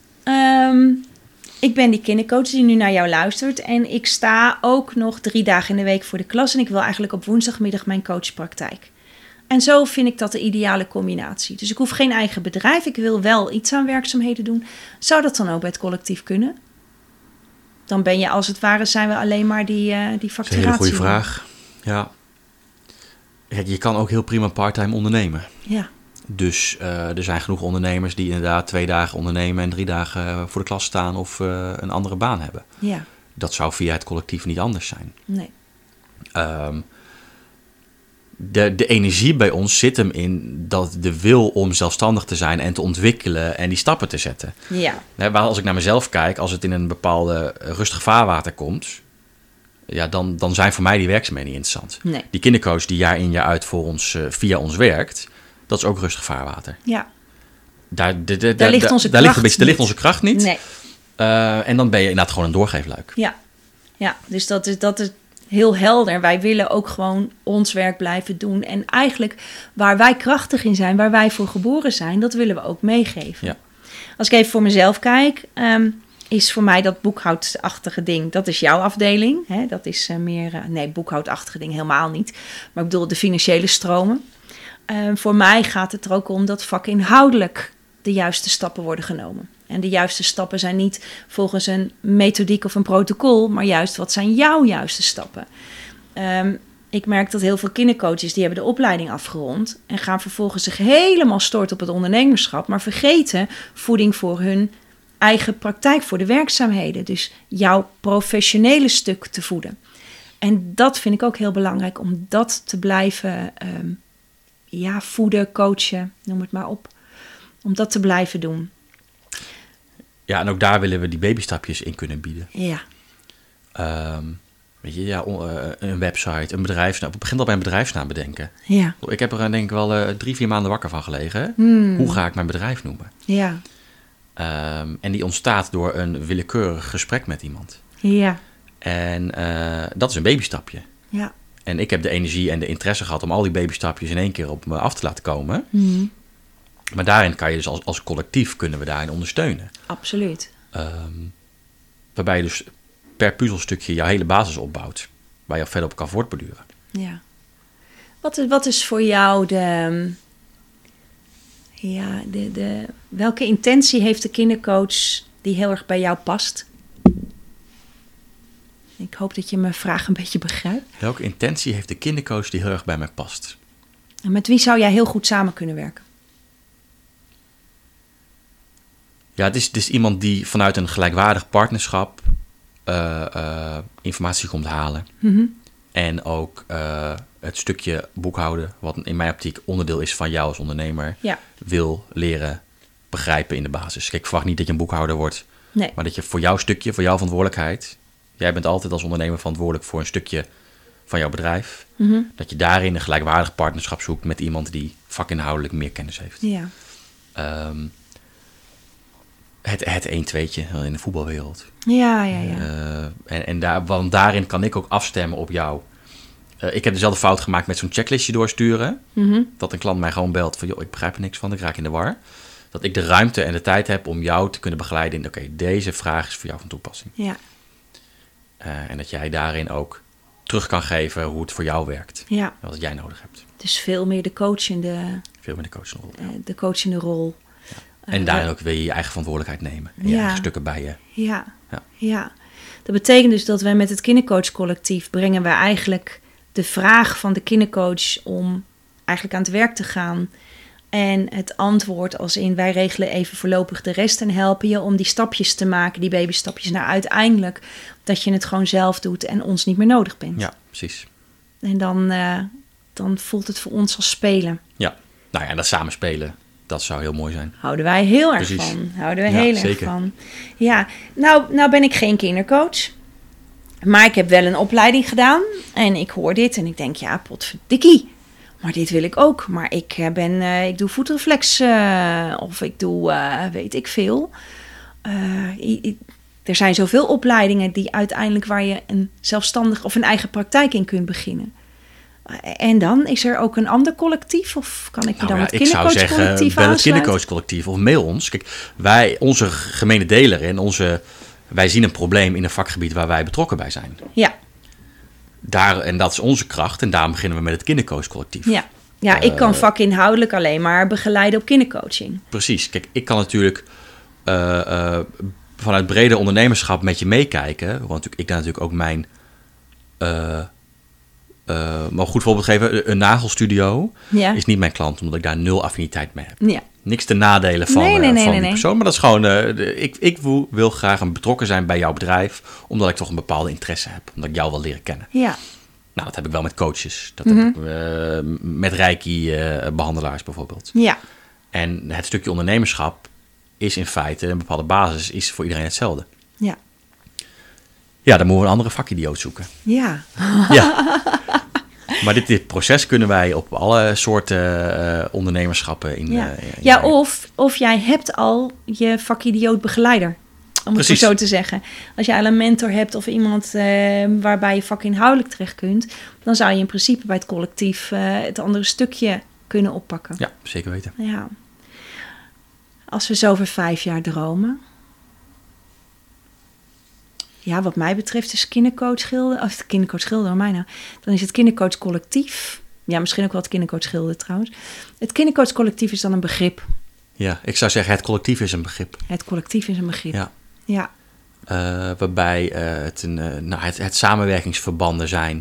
ik ben die kindercoach die nu naar jou luistert en ik sta ook nog 3 dagen in de week voor de klas en ik wil eigenlijk op woensdagmiddag mijn coachpraktijk. En zo vind ik dat de ideale combinatie. Dus ik hoef geen eigen bedrijf, ik wil wel iets aan werkzaamheden doen. Zou dat dan ook bij het collectief kunnen? Dan ben je als het ware, zijn we alleen maar die facturatie. Dat is een hele goede vraag. Ja. Kijk, je kan ook heel prima parttime ondernemen. Ja. Dus er zijn genoeg ondernemers die inderdaad 2 dagen ondernemen en 3 dagen voor de klas staan of een andere baan hebben. Ja. Dat zou via het collectief niet anders zijn. Nee. De energie bij ons zit hem in dat de wil om zelfstandig te zijn en te ontwikkelen en die stappen te zetten. Ja. Als ik naar mezelf kijk, als het in een bepaalde rustig vaarwater komt, ja, dan zijn voor mij die werkzaamheden niet interessant. Nee. Die kindercoach die jaar in jaar uit voor ons via ons werkt, dat is ook rustig vaarwater. Ja. Daar ligt onze kracht niet. Nee. En dan ben je inderdaad gewoon een doorgeefluik. Ja, dus dat is heel helder. Wij willen ook gewoon ons werk blijven doen. En eigenlijk waar wij krachtig in zijn, waar wij voor geboren zijn, dat willen we ook meegeven. Ja. Als ik even voor mezelf kijk, is voor mij dat boekhoudachtige ding, dat is jouw afdeling. Hè? Dat is meer, boekhoudachtige ding helemaal niet. Maar ik bedoel de financiële stromen. Voor mij gaat het er ook om dat vakinhoudelijk de juiste stappen worden genomen. En de juiste stappen zijn niet volgens een methodiek of een protocol, maar juist wat zijn jouw juiste stappen. Ik merk dat heel veel kindercoaches die hebben de opleiding afgerond en gaan vervolgens zich helemaal storten op het ondernemerschap, maar vergeten voeding voor hun eigen praktijk, voor de werkzaamheden. Dus jouw professionele stuk te voeden. En dat vind ik ook heel belangrijk om dat te blijven voeden, coachen, noem het maar op. Om dat te blijven doen. Ja, en ook daar willen we die babystapjes in kunnen bieden. Ja. Een website, een bedrijfsnaam. We beginnen al bij een bedrijfsnaam bedenken. Ja. Ik heb er denk ik wel 3-4 maanden wakker van gelegen. Hoe ga ik mijn bedrijf noemen? Ja. En die ontstaat door een willekeurig gesprek met iemand. Ja. En dat is een babystapje. Ja. En ik heb de energie en de interesse gehad om al die babystapjes in één keer op me af te laten komen. Maar daarin kan je dus als collectief kunnen we daarin ondersteunen. Absoluut. Waarbij je dus per puzzelstukje jouw hele basis opbouwt. Waar je verder op kan voortborduren. Ja. Wat is voor jou Ja, welke intentie heeft de kindercoach die heel erg bij jou past? Ik hoop dat je mijn vraag een beetje begrijpt. Welke intentie heeft de kindercoach die heel erg bij mij past? En met wie zou jij heel goed samen kunnen werken? Ja, het is iemand die vanuit een gelijkwaardig partnerschap informatie komt halen. Mm-hmm. En ook het stukje boekhouden, wat in mijn optiek onderdeel is van jou als ondernemer, wil leren begrijpen in de basis. Kijk, ik verwacht niet dat je een boekhouder wordt, nee. Maar dat je voor jouw stukje, voor jouw verantwoordelijkheid, jij bent altijd als ondernemer verantwoordelijk voor een stukje van jouw bedrijf, Mm-hmm. dat je daarin een gelijkwaardig partnerschap zoekt met iemand die vakinhoudelijk meer kennis heeft. Ja. Het 1-2'tje in de voetbalwereld. Ja. Want daarin kan ik ook afstemmen op jou. Ik heb dezelfde fout gemaakt met zo'n checklistje doorsturen. Mm-hmm. Dat een klant mij gewoon belt van, joh, ik begrijp er niks van, ik raak in de war. Dat ik de ruimte en de tijd heb om jou te kunnen begeleiden in, oké, deze vraag is voor jou van toepassing. Ja. En dat jij daarin ook terug kan geven hoe het voor jou werkt. Ja. Wat jij nodig hebt. Dus veel meer de coachende, Veel meer de coachrol. de coachende rol. En daarin ook weer je eigen verantwoordelijkheid nemen. En je eigen stukken bij je. Ja. Dat betekent dus dat wij met het kindercoachcollectief brengen we eigenlijk de vraag van de kindercoach om eigenlijk aan het werk te gaan. En het antwoord als in wij regelen even voorlopig de rest en helpen je om die stapjes te maken, die babystapjes, naar uiteindelijk dat je het gewoon zelf doet en ons niet meer nodig bent. Ja, precies. En dan voelt het voor ons als spelen. Ja, nou ja, en dat samenspelen, dat zou heel mooi zijn. Houden wij heel erg Precies. van. Houden we Ja, heel zeker. erg van. Ja, nou ben ik geen kindercoach. Maar ik heb wel een opleiding gedaan. En ik hoor dit en ik denk, ja, potverdikkie. Maar dit wil ik ook. Maar ik doe voetreflex of ik doe weet ik veel. Er zijn zoveel opleidingen die uiteindelijk waar je een zelfstandig of een eigen praktijk in kunt beginnen. En dan is er ook een ander collectief? Of kan ik me dan het kindercoachcollectief aansluiten? Ik zou zeggen, bel het aansluiten? kindercoachcollectief of mail ons. Kijk, onze gemene deler en wij zien een probleem in een vakgebied waar wij betrokken bij zijn. Ja. En dat is onze kracht en daarom beginnen we met het kindercoachcollectief. Ja, ik kan vakinhoudelijk alleen maar begeleiden op kindercoaching. Precies. Kijk, ik kan natuurlijk vanuit breder ondernemerschap met je meekijken. Want ik daar natuurlijk ook mijn... maar een goed voorbeeld geven, een nagelstudio is niet mijn klant, omdat ik daar 0 affiniteit mee heb. Ja. Niks te nadelen van die persoon, maar dat is gewoon... ik wil graag betrokken zijn bij jouw bedrijf, omdat ik toch een bepaalde interesse heb. Omdat ik jou wil leren kennen. Ja. Nou, dat heb ik wel met coaches. Dat heb ik met Reiki-behandelaars bijvoorbeeld. Ja. En het stukje ondernemerschap is in feite een bepaalde basis, is voor iedereen hetzelfde. Ja. Ja, dan moeten we een andere vakidioot zoeken. Ja. Ja. Maar dit proces kunnen wij op alle soorten ondernemerschappen in. Of jij hebt al je vakidioot begeleider. Om het Precies. zo te zeggen. Als jij al een mentor hebt of iemand waarbij je vakinhoudelijk terecht kunt, dan zou je in principe bij het collectief het andere stukje kunnen oppakken. Ja, zeker weten. Ja. Als we zo over 5 jaar dromen. Ja, wat mij betreft is kindercoach Gilde, of de kindercoach Gilde, mij nou, dan is het kindercoach collectief. Ja, misschien ook wel het kindercoach Gilde trouwens. Het kindercoach collectief is dan een begrip. Ja, ik zou zeggen het collectief is een begrip. Het collectief is een begrip. Ja. Waarbij het samenwerkingsverbanden zijn.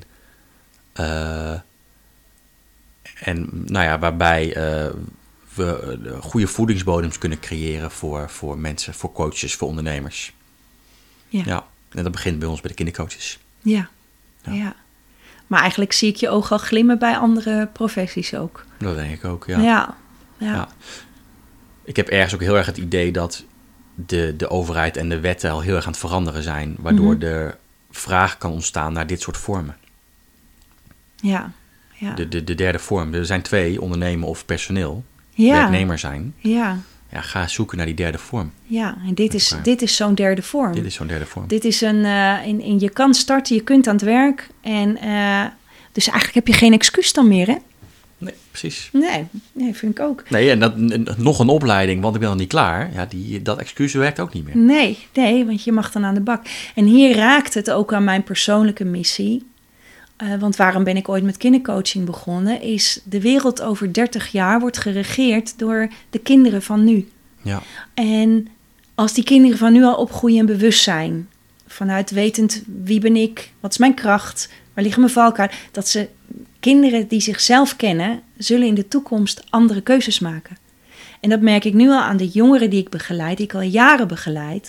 Waarbij we goede voedingsbodems kunnen creëren voor mensen, voor coaches, voor ondernemers. Ja, en dat begint bij ons bij de kindercoaches. Ja. Maar eigenlijk zie ik je oog al glimmen bij andere professies ook. Dat denk ik ook, ja. Ja. Ik heb ergens ook heel erg het idee dat de overheid en de wetten al heel erg aan het veranderen zijn, waardoor er vraag kan ontstaan naar dit soort vormen. Ja. De derde vorm. Er zijn 2, ondernemen of personeel. Ja. Werknemer zijn. Ja. Ja, ga zoeken naar die derde vorm. Ja, en dit is zo'n derde vorm. Dit is zo'n derde vorm. Dit is je kan starten, je kunt aan het werk. En dus eigenlijk heb je geen excuus dan meer, hè? Nee, precies. Nee, vind ik ook. Nee, en nog een opleiding, want ik ben nog niet klaar. Ja, dat excuus werkt ook niet meer. Nee, want je mag dan aan de bak. En hier raakt het ook aan mijn persoonlijke missie. Want waarom ben ik ooit met kindercoaching begonnen? Is de wereld over 30 jaar wordt geregeerd door de kinderen van nu. Ja. En als die kinderen van nu al opgroeien en bewust zijn, vanuit wetend wie ben ik, wat is mijn kracht, waar liggen mijn valkuilen, dat ze kinderen die zichzelf kennen, zullen in de toekomst andere keuzes maken. En dat merk ik nu al aan de jongeren die ik begeleid, die ik al jaren begeleid,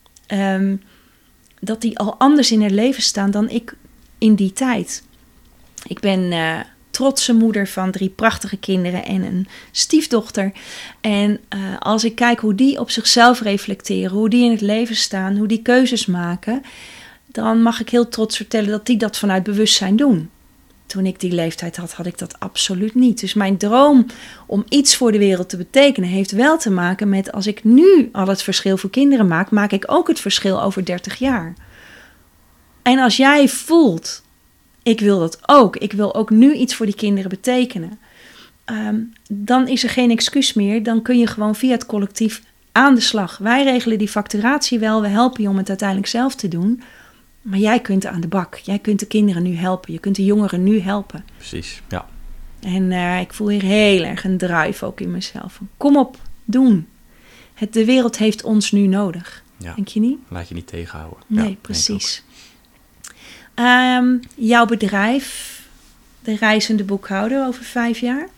dat die al anders in hun leven staan dan ik in die tijd. Ik ben trotse moeder van 3 prachtige kinderen en een stiefdochter. En als ik kijk hoe die op zichzelf reflecteren, hoe die in het leven staan, hoe die keuzes maken, dan mag ik heel trots vertellen dat die dat vanuit bewustzijn doen. Toen ik die leeftijd had, had ik dat absoluut niet. Dus mijn droom om iets voor de wereld te betekenen heeft wel te maken met, als ik nu al het verschil voor kinderen maak, maak ik ook het verschil over 30 jaar. En als jij voelt, ik wil dat ook, ik wil ook nu iets voor die kinderen betekenen, dan is er geen excuus meer. Dan kun je gewoon via het collectief aan de slag. Wij regelen die facturatie wel, we helpen je om het uiteindelijk zelf te doen. Maar jij kunt aan de bak. Jij kunt de kinderen nu helpen. Je kunt de jongeren nu helpen. Precies, ja. En ik voel hier heel erg een drive ook in mezelf. Kom op, doen. De wereld heeft ons nu nodig. Ja. Denk je niet? Laat je niet tegenhouden. Nee, ja, precies. Jouw bedrijf, de reizende boekhouder over 5 jaar?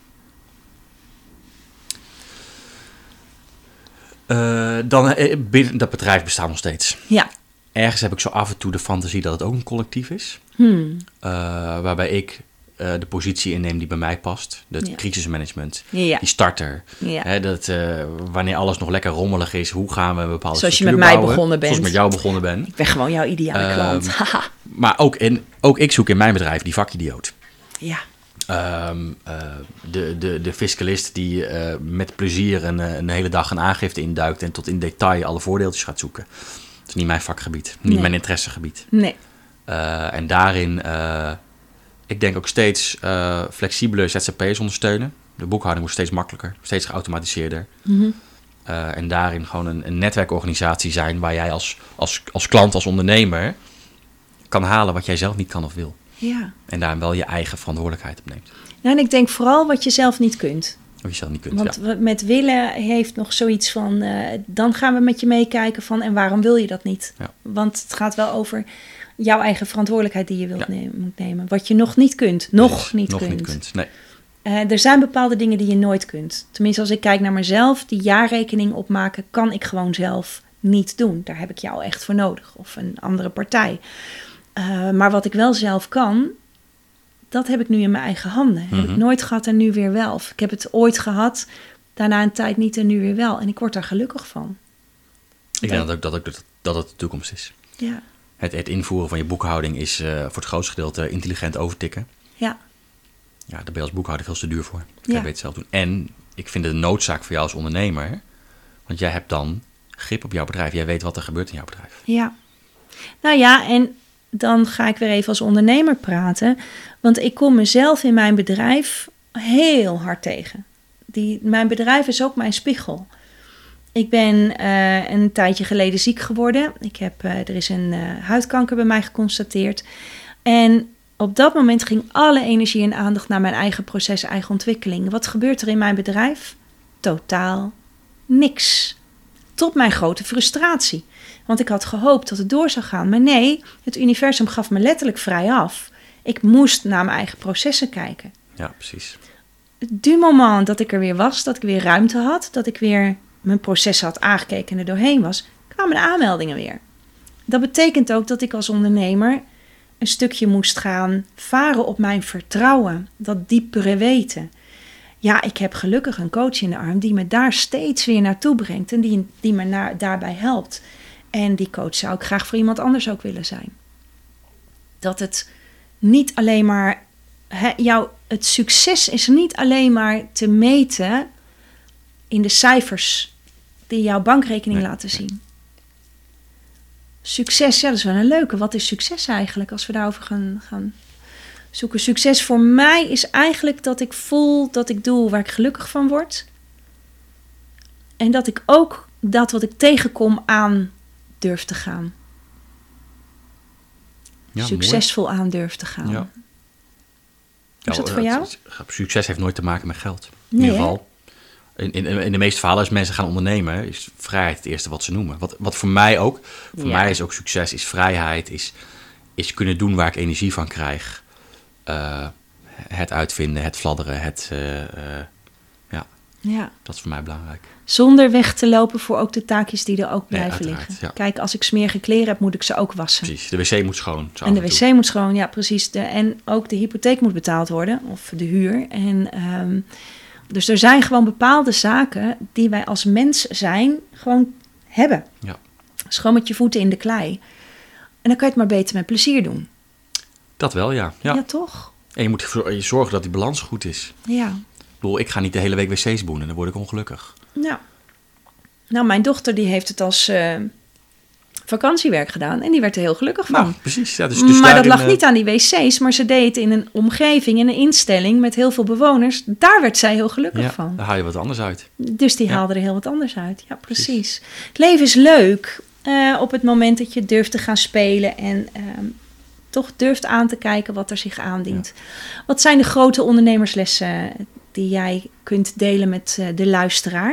Dat bedrijf bestaat nog steeds. Ja. Ergens heb ik zo af en toe de fantasie dat het ook een collectief is. Waarbij ik de positie inneem die bij mij past. Het crisismanagement, die starter. Ja. Hè, wanneer alles nog lekker rommelig is, hoe gaan we een bepaalde zoals structuur je met mij bouwen, begonnen bent. Zoals ik met jou begonnen ben. Ik ben gewoon jouw ideale klant. Maar ook ik zoek in mijn bedrijf die vakidioot. Ja. De fiscalist die met plezier een hele dag een aangifte induikt en tot in detail alle voordeeltjes gaat zoeken. Dat is niet mijn vakgebied, niet mijn interessegebied. Nee. En daarin, ik denk ook steeds flexibele ZZP'ers ondersteunen. De boekhouding wordt steeds makkelijker, steeds geautomatiseerder. Mm-hmm. En daarin gewoon een netwerkorganisatie zijn waar jij als klant, als ondernemer kan halen wat jij zelf niet kan of wil. Ja. En daarin wel je eigen verantwoordelijkheid opneemt. Nou, en ik denk vooral wat je zelf niet kunt. Wat je zelf niet kunt, Want met willen heeft nog zoiets van, dan gaan we met je meekijken van, en waarom wil je dat niet? Ja. Want het gaat wel over jouw eigen verantwoordelijkheid die je wilt moet nemen. Wat je nog niet kunt. Nog niet kunt. Nee. Er zijn bepaalde dingen die je nooit kunt. Tenminste, als ik kijk naar mezelf, die jaarrekening opmaken kan ik gewoon zelf niet doen. Daar heb ik jou echt voor nodig. Of een andere partij. Maar wat ik wel zelf kan, dat heb ik nu in mijn eigen handen. Heb ik nooit gehad en nu weer wel. Of ik heb het ooit gehad, daarna een tijd niet en nu weer wel. En ik word daar gelukkig van. Ik denk dat het de toekomst is. Ja. Het invoeren van je boekhouding is voor het grootste gedeelte intelligent overtikken. Ja. Ja, daar ben je als boekhouder veel te duur voor. Dat Ja. kan je beter zelf doen. En ik vind het een noodzaak voor jou als ondernemer. Want jij hebt dan grip op jouw bedrijf. Jij weet wat er gebeurt in jouw bedrijf. Ja. Nou ja, en dan ga ik weer even als ondernemer praten. Want ik kom mezelf in mijn bedrijf heel hard tegen. Mijn bedrijf is ook mijn spiegel. Ik ben een tijdje geleden ziek geworden. Er is een huidkanker bij mij geconstateerd. En op dat moment ging alle energie en aandacht naar mijn eigen proces, eigen ontwikkeling. Wat gebeurt er in mijn bedrijf? Totaal niks. Tot mijn grote frustratie. Want ik had gehoopt dat het door zou gaan. Maar nee, het universum gaf me letterlijk vrij af. Ik moest naar mijn eigen processen kijken. Ja, precies. Du moment dat ik er weer was, dat ik weer ruimte had, dat ik weer mijn processen had aangekeken en er doorheen was, kwamen de aanmeldingen weer. Dat betekent ook dat ik als ondernemer een stukje moest gaan varen op mijn vertrouwen, dat diepere weten. Ja, ik heb gelukkig een coach in de arm die me daar steeds weer naartoe brengt en die me daarbij helpt. En die coach zou ik graag voor iemand anders ook willen zijn. Dat het niet alleen maar, het succes is niet alleen maar te meten in de cijfers die jouw bankrekening laten zien. Succes, ja, dat is wel een leuke. Wat is succes eigenlijk als we daarover gaan zoeken? Succes voor mij is eigenlijk dat ik voel dat ik doe waar ik gelukkig van word. En dat ik ook dat wat ik tegenkom aan durf te gaan. Ja, succesvol mooi. Aan durf te gaan. Is dat voor jou? Succes heeft nooit te maken met geld. In Nee, ieder geval. In de meeste verhalen, als mensen gaan ondernemen, is vrijheid het eerste wat ze noemen. Wat voor mij ook. Voor mij is ook succes, is vrijheid, is kunnen doen waar ik energie van krijg. Het uitvinden, het fladderen, ja, dat is voor mij belangrijk. Zonder weg te lopen voor ook de taakjes die er ook blijven liggen. Ja. Kijk, als ik smerige kleren heb, moet ik ze ook wassen. Precies, de wc moet schoon. En de wc moet schoon, ja precies. En ook de hypotheek moet betaald worden, of de huur. En dus er zijn gewoon bepaalde zaken die wij als mens zijn gewoon hebben. Ja. Dus gewoon met je voeten in de klei. En dan kan je het maar beter met plezier doen. Dat wel, ja. Ja, toch? En je moet zorgen dat die balans goed is. Ja. Ik bedoel, ik ga niet de hele week wc's boenen, dan word ik ongelukkig. Nou, mijn dochter die heeft het als vakantiewerk gedaan. En die werd er heel gelukkig van. Nou, precies. Ja, dus maar dat lag niet aan die wc's. Maar ze deed het in een omgeving, in een instelling met heel veel bewoners. Daar werd zij heel gelukkig van. Daar haal je wat anders uit. Dus die haalde er heel wat anders uit. Ja, precies. Het leven is leuk op het moment dat je durft te gaan spelen. En toch durft aan te kijken wat er zich aandient. Ja. Wat zijn de grote ondernemerslessen die jij kunt delen met de luisteraar?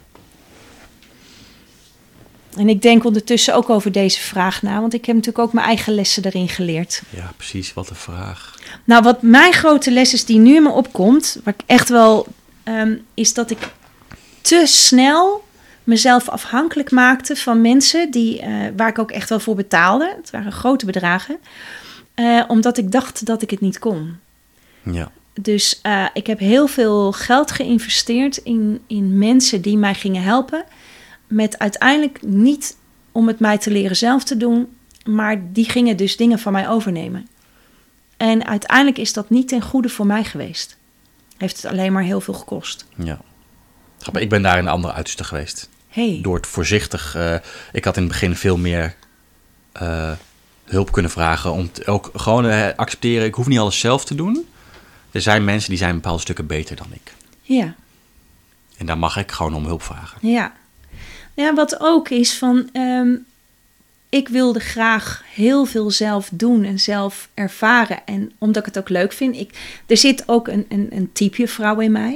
En ik denk ondertussen ook over deze vraag na, want ik heb natuurlijk ook mijn eigen lessen erin geleerd. Ja, precies. Wat een vraag. Nou, wat mijn grote les is die nu in me opkomt, waar ik echt wel, is dat ik te snel mezelf afhankelijk maakte van mensen waar ik ook echt wel voor betaalde. Het waren grote bedragen, omdat ik dacht dat ik het niet kon. Ja. Dus ik heb heel veel geld geïnvesteerd in mensen die mij gingen helpen. Met uiteindelijk niet om het mij te leren zelf te doen, maar die gingen dus dingen van mij overnemen. En uiteindelijk is dat niet ten goede voor mij geweest. Heeft het alleen maar heel veel gekost. Ja. Ik ben daar in een andere uiterste geweest. Hey. Door het voorzichtig. Ik had in het begin veel meer hulp kunnen vragen. Om ook gewoon accepteren. Ik hoef niet alles zelf te doen. Er zijn mensen die zijn bepaalde stukken beter dan ik. Ja. En daar mag ik gewoon om hulp vragen. Ja. Ja, wat ook is van, ik wilde graag heel veel zelf doen en zelf ervaren. En omdat ik het ook leuk vind. Er zit ook een type vrouw in mij.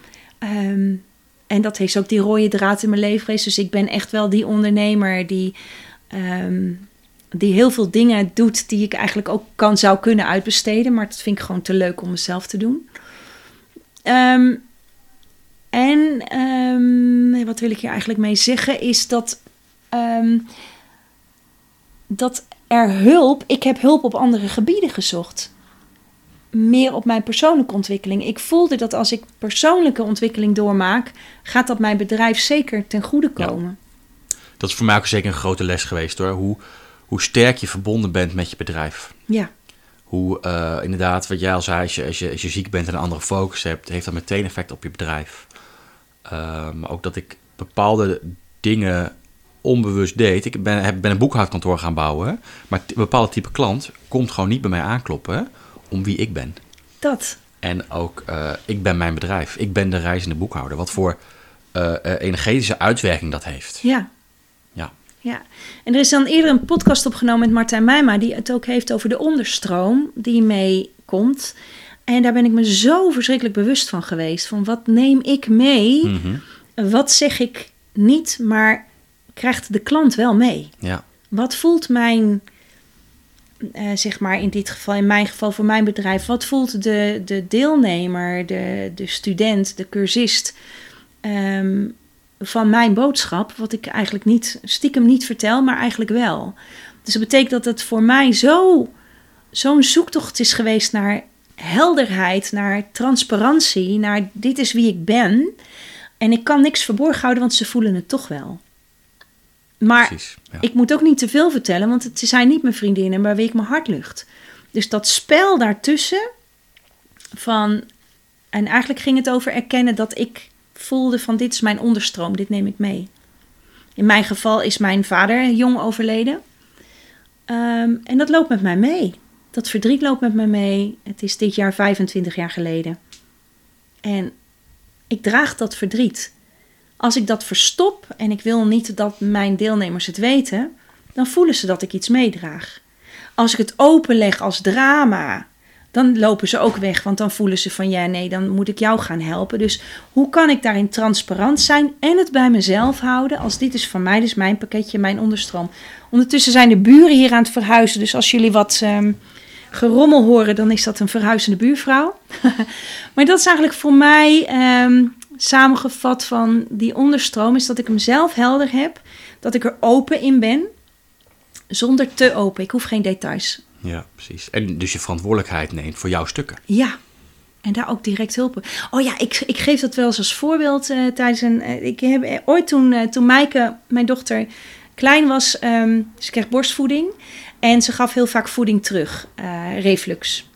En dat heeft ook die rode draad in mijn leven geweest. Dus ik ben echt wel die ondernemer die heel veel dingen doet die ik eigenlijk ook zou kunnen uitbesteden. Maar dat vind ik gewoon te leuk om mezelf te doen. Wat wil ik hier eigenlijk mee zeggen is dat ik heb hulp op andere gebieden gezocht. Meer op mijn persoonlijke ontwikkeling. Ik voelde dat als ik persoonlijke ontwikkeling doormaak, gaat dat mijn bedrijf zeker ten goede komen. Ja. Dat is voor mij ook zeker een grote les geweest hoor. Hoe sterk je verbonden bent met je bedrijf. Ja. Hoe inderdaad, wat jij al zei, als je ziek bent en een andere focus hebt, heeft dat meteen effect op je bedrijf. Maar ook dat ik bepaalde dingen onbewust deed. Ik ben een boekhoudkantoor gaan bouwen. Maar een bepaalde type klant komt gewoon niet bij mij aankloppen om wie ik ben. Dat. En ook, ik ben mijn bedrijf. Ik ben de reizende boekhouder. Wat voor energetische uitwerking dat heeft. Ja. Ja. Ja. En er is dan eerder een podcast opgenomen met Martijn Meijma, die het ook heeft over de onderstroom die meekomt. En daar ben ik me zo verschrikkelijk bewust van geweest. Van wat neem ik mee? Mm-hmm. Wat zeg ik niet, maar krijgt de klant wel mee? Ja. Wat voelt mijn, zeg maar in mijn geval voor mijn bedrijf, wat voelt de deelnemer, de student, de cursist van mijn boodschap? Wat ik eigenlijk stiekem niet vertel, maar eigenlijk wel. Dus dat betekent dat het voor mij zo'n zoektocht is geweest naar helderheid, naar transparantie, naar dit is wie ik ben. En ik kan niks verborgen houden, want ze voelen het toch wel. Maar precies, ja. Ik moet ook niet te veel vertellen, want het zijn niet mijn vriendinnen waar wie ik mijn hart lucht. Dus dat spel daartussen en eigenlijk ging het over erkennen dat ik voelde van dit is mijn onderstroom, dit neem ik mee. In mijn geval is mijn vader jong overleden. En dat loopt met mij mee. Dat verdriet loopt met mij mee. Het is dit jaar 25 jaar geleden. En ik draag dat verdriet. Als ik dat verstop en ik wil niet dat mijn deelnemers het weten, dan voelen ze dat ik iets meedraag. Als ik het openleg als drama, dan lopen ze ook weg. Want dan voelen ze van, ja, nee, dan moet ik jou gaan helpen. Dus hoe kan ik daarin transparant zijn en het bij mezelf houden? Als dit is van mij, dus mijn pakketje, mijn onderstroom. Ondertussen zijn de buren hier aan het verhuizen. Dus als jullie wat gerommel horen, dan is dat een verhuizende buurvrouw. Maar dat is eigenlijk voor mij samengevat van die onderstroom, is dat ik hem zelf helder heb. Dat ik er open in ben, zonder te open. Ik hoef geen details. Ja, precies. En dus je verantwoordelijkheid neemt voor jouw stukken. Ja, en daar ook direct hulp. Oh ja, ik geef dat wel eens als voorbeeld tijdens een... Ik heb ooit toen Maaike, mijn dochter, klein was, ze kreeg borstvoeding. En ze gaf heel vaak voeding terug, reflux.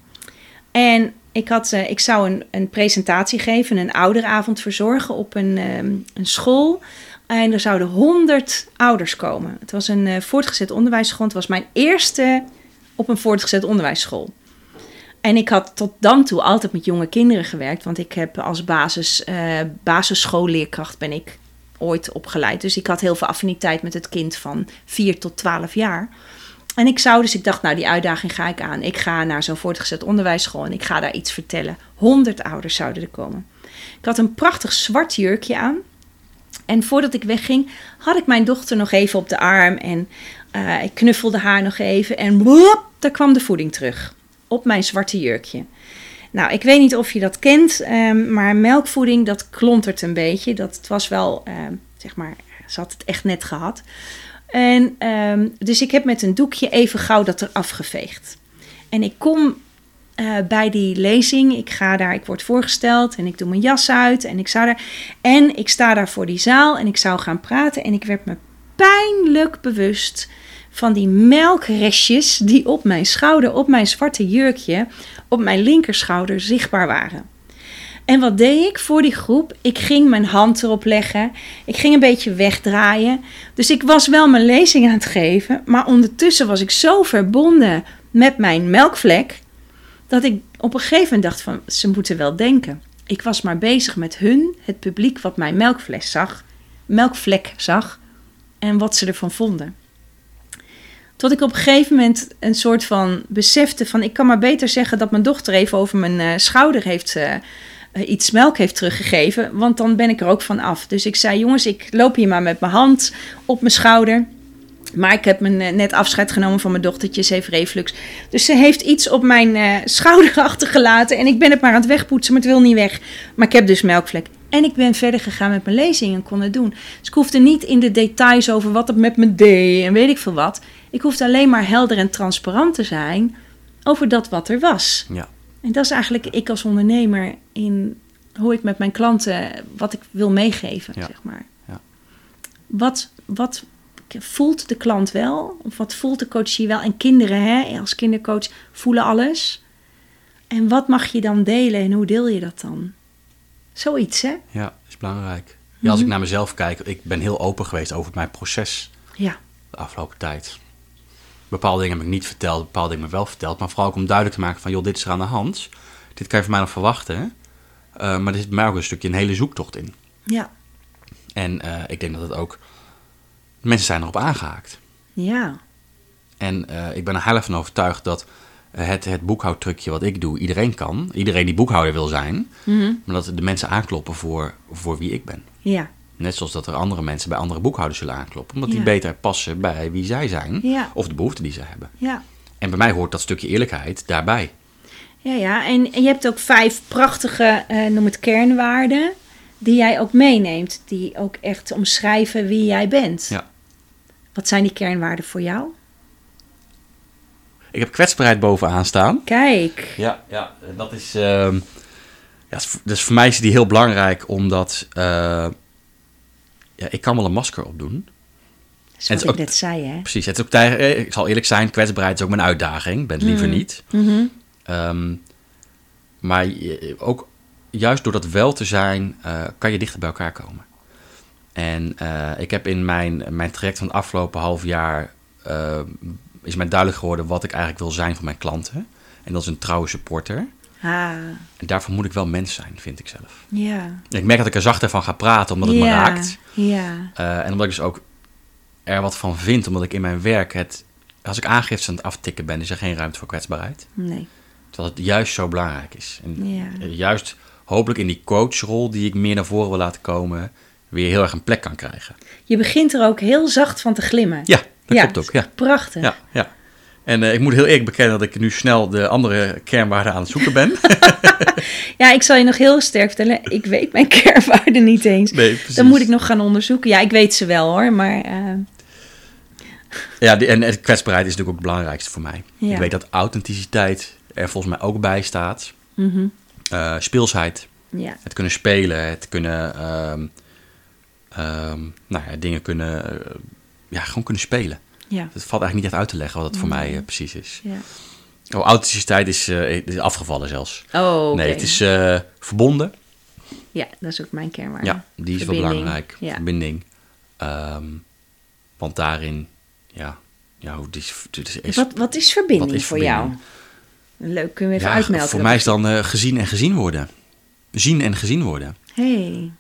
En ik zou een presentatie geven, een ouderavond verzorgen op een school. En er zouden 100 ouders komen. Het was een voortgezet onderwijsschool. Het was mijn eerste op een voortgezet onderwijsschool. En ik had tot dan toe altijd met jonge kinderen gewerkt. Want ik heb als basisschoolleerkracht ben ik ooit opgeleid. Dus ik had heel veel affiniteit met het kind van 4 tot 12 jaar. En ik dacht, nou, die uitdaging ga ik aan. Ik ga naar zo'n voortgezet onderwijsschool en ik ga daar iets vertellen. 100 ouders zouden er komen. Ik had een prachtig zwart jurkje aan. En voordat ik wegging, had ik mijn dochter nog even op de arm. En ik knuffelde haar nog even. En bloep, daar kwam de voeding terug. Op mijn zwarte jurkje. Nou, ik weet niet of je dat kent. Maar melkvoeding, dat klontert een beetje. Het was wel, ze had het echt net gehad. En dus ik heb met een doekje even gauw dat eraf geveegd. En ik kom bij die lezing. Ik word voorgesteld en ik doe mijn jas uit. En ik sta daar voor die zaal en ik zou gaan praten. En ik werd me pijnlijk bewust van die melkrestjes die op mijn schouder, op mijn zwarte jurkje, op mijn linkerschouder zichtbaar waren. En wat deed ik voor die groep? Ik ging mijn hand erop leggen. Ik ging een beetje wegdraaien. Dus ik was wel mijn lezing aan het geven. Maar ondertussen was ik zo verbonden met mijn melkvlek, dat ik op een gegeven moment dacht van, ze moeten wel denken. Ik was maar bezig met het publiek, wat mijn melkvlek zag. En wat ze ervan vonden. Tot ik op een gegeven moment een soort van besefte van, ik kan maar beter zeggen dat mijn dochter even over mijn schouder heeft iets melk heeft teruggegeven, want dan ben ik er ook van af. Dus ik zei, jongens, ik loop hier maar met mijn hand op mijn schouder. Maar ik heb net afscheid genomen van mijn dochtertje, ze heeft reflux. Dus ze heeft iets op mijn schouder achtergelaten en ik ben het maar aan het wegpoetsen, maar het wil niet weg. Maar ik heb dus melkvlek. En ik ben verder gegaan met mijn lezing en kon het doen. Dus ik hoefde niet in de details over wat het met me deed en weet ik veel wat. Ik hoefde alleen maar helder en transparant te zijn over dat wat er was. Ja. En dat is eigenlijk ik als ondernemer in hoe ik met mijn klanten, wat ik wil meegeven, Ja. zeg maar. Ja. Wat voelt de klant wel? Of wat voelt de coachie wel? En kinderen, hè, als kindercoach, voelen alles. En wat mag je dan delen en hoe deel je dat dan? Zoiets, hè? Ja, dat is belangrijk. Ja, als ik naar mezelf kijk, ik ben heel open geweest over mijn proces Ja. de afgelopen tijd. Bepaalde dingen heb ik niet verteld, bepaalde dingen heb ik wel verteld. Maar vooral ook om duidelijk te maken van, joh, dit is er aan de hand. Dit kan je van mij nog verwachten. Maar er zit bij mij ook een stukje een hele zoektocht in. Ja. En ik denk dat het ook, mensen zijn erop aangehaakt. Ja. En ik ben er heilig van overtuigd dat het boekhoudtrucje wat ik doe, iedereen kan. Iedereen die boekhouder wil zijn. Mm-hmm. Maar dat de mensen aankloppen voor wie ik ben. Ja. Net zoals dat er andere mensen bij andere boekhouders zullen aankloppen. Omdat die Ja. beter passen bij wie zij zijn. Ja. Of de behoeften die ze hebben. Ja. En bij mij hoort dat stukje eerlijkheid daarbij. Ja. En je hebt ook 5 prachtige, noem het kernwaarden, die jij ook meeneemt. Die ook echt omschrijven wie jij bent. Ja. Wat zijn die kernwaarden voor jou? Ik heb kwetsbaarheid bovenaan staan. Kijk. Ja, dat is... dus voor mij is die heel belangrijk, omdat... ik kan wel een masker opdoen. Dat is En wat het ik is ook- net zei, hè? Precies. Het is ook ik zal eerlijk zijn, kwetsbaarheid is ook mijn uitdaging. Ik ben het liever niet. Mm-hmm. Maar ook juist door dat wel te zijn, kan je dichter bij elkaar komen. En ik heb in mijn traject van het afgelopen half jaar... is mij duidelijk geworden wat ik eigenlijk wil zijn voor mijn klanten. En dat is een trouwe supporter. Ah, En daarvoor moet ik wel mens zijn, vind ik zelf. ja. En ik merk dat ik er zachter van ga praten, omdat het me raakt. Ja. En omdat ik dus ook er wat van vind, omdat ik in mijn werk als ik aangiftes aan het aftikken ben, is er geen ruimte voor kwetsbaarheid. Nee. Terwijl het juist zo belangrijk is. En Ja. juist hopelijk in die coachrol die ik meer naar voren wil laten komen, weer heel erg een plek kan krijgen. Je begint er ook heel zacht van te glimmen. Ja, dat klopt ook. Ja. Prachtig. Ja. En ik moet heel eerlijk bekennen dat ik nu snel de andere kernwaarden aan het zoeken ben. Ja, ik zal je nog heel sterk vertellen. Ik weet mijn kernwaarden niet eens. Nee, precies. Dan moet ik nog gaan onderzoeken. Ja, ik weet ze wel hoor, maar... Ja, en kwetsbaarheid is natuurlijk ook het belangrijkste voor mij. Ja. Ik weet dat authenticiteit er volgens mij ook bij staat. Mhm. Speelsheid. Ja. Het kunnen spelen. Het kunnen... dingen kunnen... gewoon kunnen spelen. Ja. Het valt eigenlijk niet echt uit te leggen wat het voor mij precies is. Ja. Oh, authenticiteit is afgevallen zelfs. Oh, oké. Nee, het is verbonden. Ja, dat is ook mijn kernwaarde. Ja, die is wel Verbinding. belangrijk. Ja. Verbinding. Want daarin... Wat is verbinding wat is voor verbinding? jou? Leuk, kunnen we even uitmelken. Voor mij is dan gezien en gezien worden. Zien en gezien worden. Hey.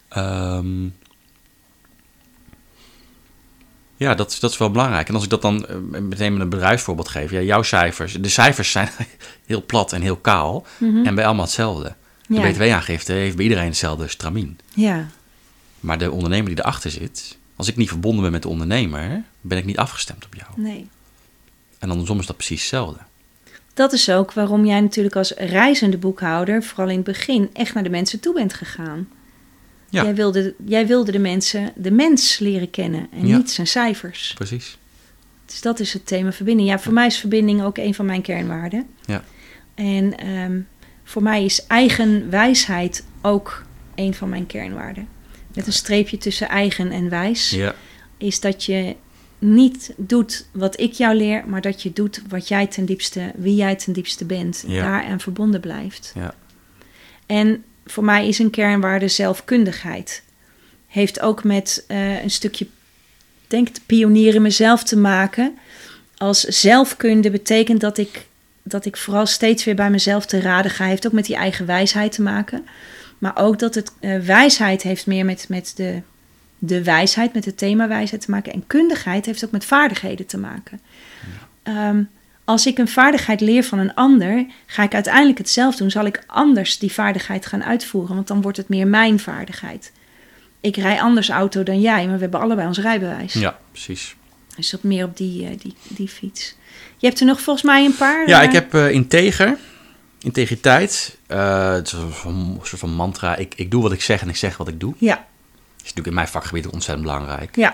Ja, dat is wel belangrijk. En als ik dat dan meteen met een bedrijfsvoorbeeld geef. Ja, jouw cijfers. De cijfers zijn heel plat en heel kaal. Mhm. En bij allemaal hetzelfde. De Ja. btw-aangifte heeft bij iedereen hetzelfde stramien. Ja. Maar de ondernemer die erachter zit... Als ik niet verbonden ben met de ondernemer... ben ik niet afgestemd op jou. Nee. En andersom is dat precies hetzelfde. Dat is ook waarom jij natuurlijk als reizende boekhouder... vooral in het begin echt naar de mensen toe bent gegaan. Ja. Jij wilde de mens leren kennen en Ja. niet zijn cijfers. Precies. Dus dat is het thema verbinding. Ja, voor mij is verbinding ook een van mijn kernwaarden. Ja. En voor mij is eigen wijsheid ook een van mijn kernwaarden. Met een streepje tussen eigen en wijs. Ja. Is dat je niet doet wat ik jou leer, maar dat je doet wat jij wie jij ten diepste bent. Ja. Daaraan verbonden blijft. Ja. En voor mij is een kernwaarde zelfkundigheid. Heeft ook met een stukje, denk ik, pionieren mezelf te maken. Als zelfkunde betekent dat ik vooral steeds weer bij mezelf te raden ga. Heeft ook met die eigen wijsheid te maken. Maar ook dat het wijsheid heeft meer met de wijsheid, met het thema wijsheid te maken. En kundigheid heeft ook met vaardigheden te maken. Ja. Als ik een vaardigheid leer van een ander, ga ik uiteindelijk het zelf doen. Zal ik anders die vaardigheid gaan uitvoeren, want dan wordt het meer mijn vaardigheid. Ik rij anders auto dan jij, maar we hebben allebei ons rijbewijs. Ja, precies. Dus op meer op die fiets. Je hebt er nog volgens mij een paar. Ja, ik heb integriteit. Het is een soort van mantra. Ik doe wat ik zeg en ik zeg wat ik doe. Ja. Dat is natuurlijk in mijn vakgebied ook ontzettend belangrijk. Ja.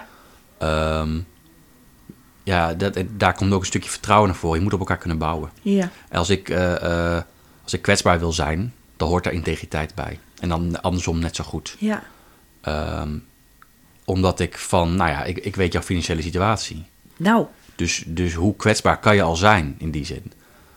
Daar komt ook een stukje vertrouwen naar voren. Je moet op elkaar kunnen bouwen. Ja. En als ik kwetsbaar wil zijn, dan hoort daar integriteit bij. En dan andersom net zo goed. Ja. Omdat ik ik weet jouw financiële situatie. Nou. Dus hoe kwetsbaar kan je al zijn in die zin?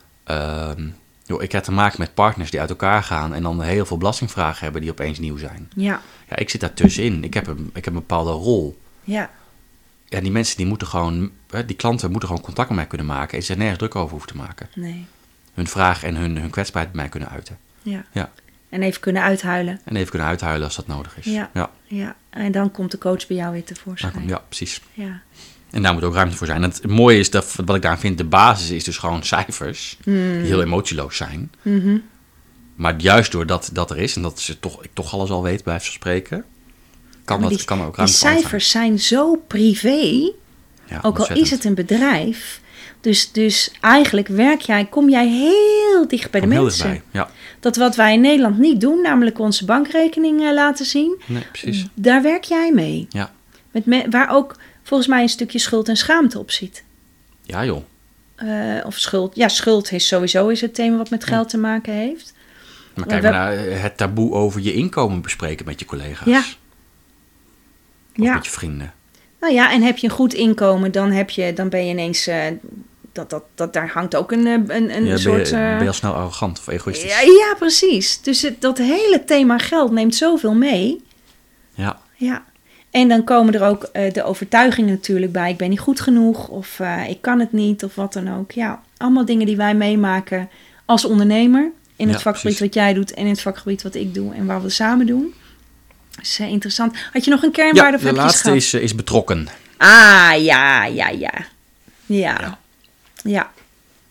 Ik heb te maken met partners die uit elkaar gaan en dan heel veel belastingvragen hebben die opeens nieuw zijn. Ja. Ja, ik zit daar tussenin. Ik heb een bepaalde rol. Ja. Ja, die mensen die klanten moeten gewoon contact met mij kunnen maken en zich nergens druk over hoeven te maken. Nee. Hun vraag en hun kwetsbaarheid bij mij kunnen uiten. Ja. Ja. En even kunnen uithuilen. En even kunnen uithuilen als dat nodig is. Ja. Ja. Ja. En dan komt de coach bij jou weer tevoorschijn. Ja, precies. Ja. En daar moet ook ruimte voor zijn. En het mooie is, dat wat ik daar vind, de basis is dus gewoon cijfers. Die heel emotieloos zijn. Mm-hmm. Maar juist doordat dat er is, en dat ik toch alles al weet, bij wijze van spreken, kan er ook ruimte voor Die cijfers zijn zo privé, ja, ook al is het een bedrijf. Dus eigenlijk kom jij heel dicht bij de mensen. Heel dichtbij, ja. Dat wat wij in Nederland niet doen, namelijk onze bankrekening laten zien. Nee, precies. Daar werk jij mee. Ja. Waar ook volgens mij een stukje schuld en schaamte op zit. Ja, joh. Of schuld. Ja, schuld is sowieso het thema wat met geld te maken heeft. Maar kijk maar naar het taboe over je inkomen bespreken met je collega's. Ja. Of met je vrienden. Nou ja, en heb je een goed inkomen, dan ben je ineens... daar hangt ook een soort... Ben je al snel arrogant of egoïstisch? Ja, precies. Dus dat hele thema geld neemt zoveel mee. Ja. Ja. En dan komen er ook de overtuigingen natuurlijk bij. Ik ben niet goed genoeg of ik kan het niet of wat dan ook. Ja, allemaal dingen die wij meemaken als ondernemer. In het vakgebied precies. Wat jij doet en in het vakgebied wat ik doe en waar we samen doen. Dat is interessant. Had je nog een kernwaarde voor de laatste is betrokken. Ah, ja.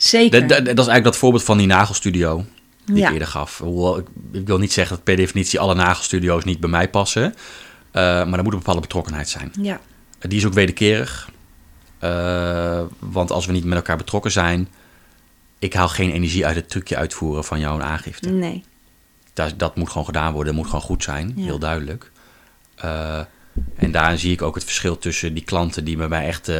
Zeker. Dat is eigenlijk dat voorbeeld van die nagelstudio die ik eerder gaf. Hoewel, ik wil niet zeggen dat per definitie alle nagelstudio's niet bij mij passen. Maar er moet een bepaalde betrokkenheid zijn. Ja. Die is ook wederkerig. Want als we niet met elkaar betrokken zijn... Ik haal geen energie uit het trucje uitvoeren van jouw aangifte. Nee. Dat moet gewoon gedaan worden. Dat moet gewoon goed zijn. Ja. Heel duidelijk. En daarin zie ik ook het verschil tussen die klanten... die bij mij echt,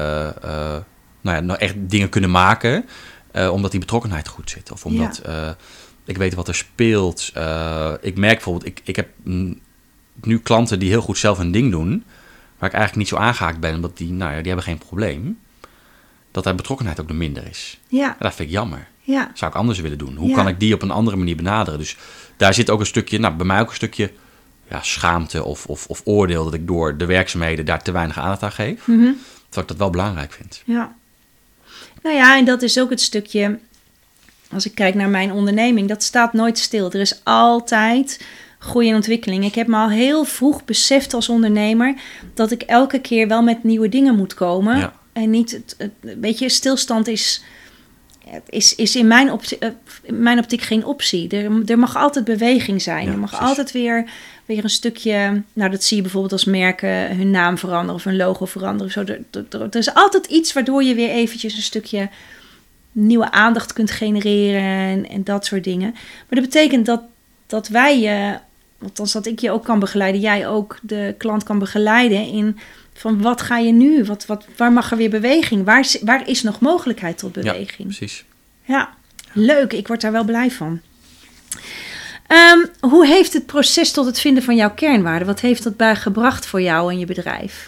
echt dingen kunnen maken... omdat die betrokkenheid goed zit. Of omdat ik weet wat er speelt. Ik merk bijvoorbeeld... Ik heb nu klanten die heel goed zelf een ding doen... waar ik eigenlijk niet zo aangehaakt ben... omdat die hebben geen probleem... dat daar betrokkenheid ook nog minder is. Ja. En dat vind ik jammer. Ja. Zou ik anders willen doen. Hoe kan ik die op een andere manier benaderen? Dus daar zit ook een stukje... bij mij ook een stukje schaamte of oordeel... dat ik door de werkzaamheden daar te weinig aandacht aan geef. Mm-hmm. Terwijl ik dat wel belangrijk vind. Ja. Nou ja, en dat is ook het stukje... als ik kijk naar mijn onderneming... dat staat nooit stil. Er is altijd... groei en ontwikkeling. Ik heb me al heel vroeg beseft als ondernemer... dat ik elke keer wel met nieuwe dingen moet komen. Ja. En niet... weet je, stilstand is in mijn optiek geen optie. Er mag altijd beweging zijn. Er mag altijd weer een stukje... Nou, dat zie je bijvoorbeeld als merken... hun naam veranderen of hun logo veranderen. Zo. Er is altijd iets waardoor je weer eventjes een stukje... nieuwe aandacht kunt genereren en dat soort dingen. Maar dat betekent dat wij... althans dat ik je ook kan begeleiden, jij ook de klant kan begeleiden in van wat ga je nu? Waar mag er weer beweging? Waar is nog mogelijkheid tot beweging? Ja, precies. Ja, leuk. Ik word daar wel blij van. Hoe heeft het proces tot het vinden van jouw kernwaarden? Wat heeft dat bij gebracht voor jou en je bedrijf?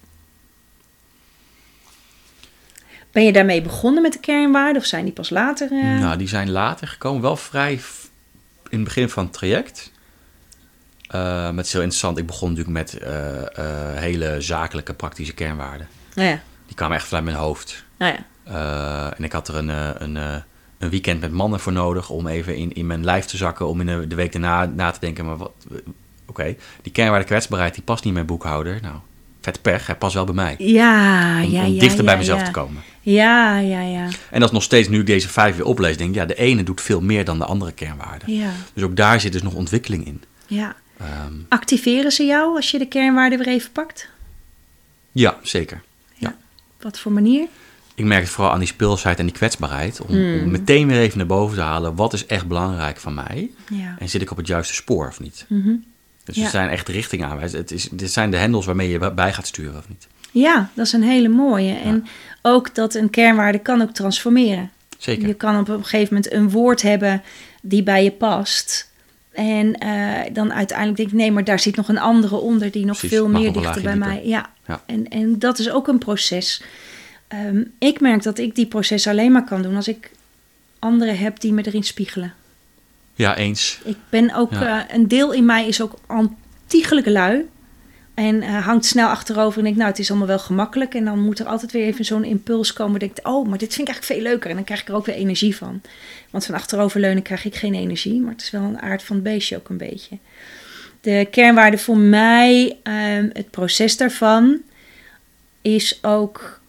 Ben je daarmee begonnen met de kernwaarden of zijn die pas later? Nou, die zijn later gekomen. Wel vrij in het begin van het traject. Het is heel interessant. Ik begon natuurlijk met hele zakelijke, praktische kernwaarden. Ja. Die kwamen echt vanuit mijn hoofd. Ja. En ik had er een weekend met mannen voor nodig om even in mijn lijf te zakken. Om in de week daarna na te denken. Maar oké, die kernwaarde kwetsbaarheid, die past niet in mijn boekhouder. Nou, vet pech, hij past wel bij mij. Om dichter bij mezelf te komen. Ja. En dat is nog steeds, nu ik deze 5 weer oplees, denk ik, de ene doet veel meer dan de andere kernwaarden. Ja. Dus ook daar zit dus nog ontwikkeling in. Ja. Activeren ze jou als je de kernwaarden weer even pakt? Ja, zeker. Ja. Wat voor manier? Ik merk het vooral aan die speelsheid en die kwetsbaarheid. Om meteen weer even naar boven te halen. Wat is echt belangrijk van mij? Ja. En zit ik op het juiste spoor of niet? Mm-hmm. Dus er zijn echt richting aanwijzen. Dit zijn de hendels waarmee je bij gaat sturen of niet? Ja, dat is een hele mooie. Ja. En ook dat een kernwaarde kan ook transformeren. Zeker. Je kan op een gegeven moment een woord hebben die bij je past... En dan uiteindelijk denk ik, nee, maar daar zit nog een andere onder... die nog veel meer dichter bij mij... Ja. En dat is ook een proces. Ik merk dat ik die proces alleen maar kan doen... als ik anderen heb die me erin spiegelen. Ja, eens. Ik ben ook... een deel in mij is ook ontiegelijk lui... En hangt snel achterover en denkt, nou, het is allemaal wel gemakkelijk. En dan moet er altijd weer even zo'n impuls komen. Denkt, oh, maar dit vind ik eigenlijk veel leuker. En dan krijg ik er ook weer energie van. Want van achteroverleunen krijg ik geen energie. Maar het is wel een aard van het beestje ook een beetje. De kernwaarde voor mij, het proces daarvan, is ook...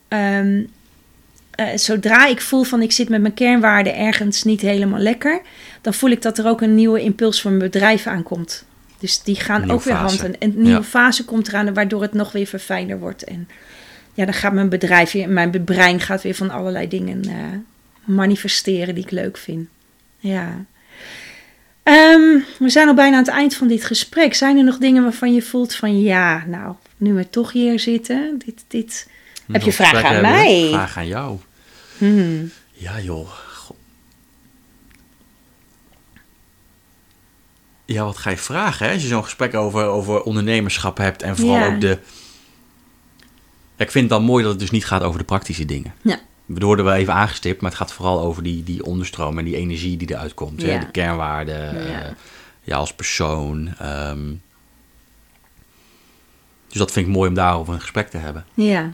zodra ik voel van ik zit met mijn kernwaarden ergens niet helemaal lekker... dan voel ik dat er ook een nieuwe impuls voor mijn bedrijf aankomt. Dus die gaan ook weer hand in. En een nieuwe fase komt eraan, waardoor het nog weer verfijnder wordt. En ja, dan gaat mijn bedrijf weer, mijn brein gaat weer van allerlei dingen manifesteren die ik leuk vind. Ja. We zijn al bijna aan het eind van dit gesprek. Zijn er nog dingen waarvan je voelt van ja, nou, nu we toch hier zitten, dit. Heb je vragen aan mij? Vraag aan jou. Ja, joh. Ja, wat ga je vragen, hè? Als je zo'n gesprek over ondernemerschap hebt en vooral ook de... Ja, ik vind het dan mooi dat het dus niet gaat over de praktische dingen. Ja. We worden wel even aangestipt, maar het gaat vooral over die onderstroom en die energie die eruit komt. Ja. Hè? De kernwaarden, als persoon. Dus dat vind ik mooi om daarover een gesprek te hebben. Ja.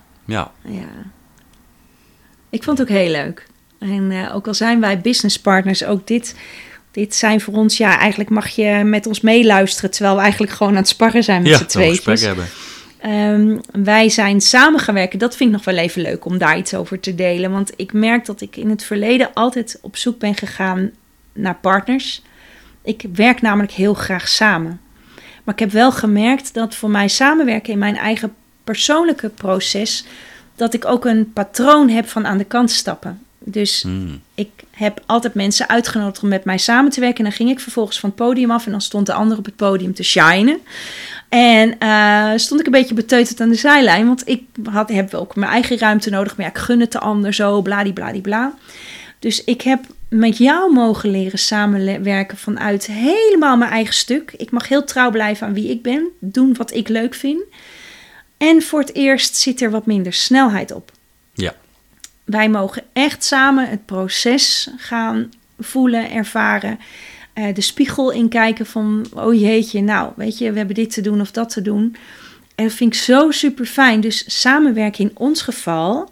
Ik vond het ook heel leuk. En ook al zijn wij businesspartners, ook dit zijn voor ons, eigenlijk mag je met ons meeluisteren... terwijl we eigenlijk gewoon aan het sparren zijn met z'n tweeën. Ja, een gesprek hebben. Wij zijn samen gaan werken. Dat vind ik nog wel even leuk om daar iets over te delen. Want ik merk dat ik in het verleden altijd op zoek ben gegaan naar partners. Ik werk namelijk heel graag samen. Maar ik heb wel gemerkt dat voor mij samenwerken in mijn eigen persoonlijke proces, dat ik ook een patroon heb van aan de kant stappen. Dus ik heb altijd mensen uitgenodigd om met mij samen te werken. En dan ging ik vervolgens van het podium af en dan stond de ander op het podium te shinen. En stond ik een beetje beteuterd aan de zijlijn, want ik heb ook mijn eigen ruimte nodig. Maar ja, ik gun het de ander zo, bladibladibla. Dus ik heb met jou mogen leren samenwerken vanuit helemaal mijn eigen stuk. Ik mag heel trouw blijven aan wie ik ben, doen wat ik leuk vind. En voor het eerst zit er wat minder snelheid op. Ja. Wij mogen echt samen het proces gaan voelen, ervaren. De spiegel inkijken van, oh jeetje, nou, weet je, we hebben dit te doen of dat te doen. En dat vind ik zo super fijn. Dus samenwerken in ons geval,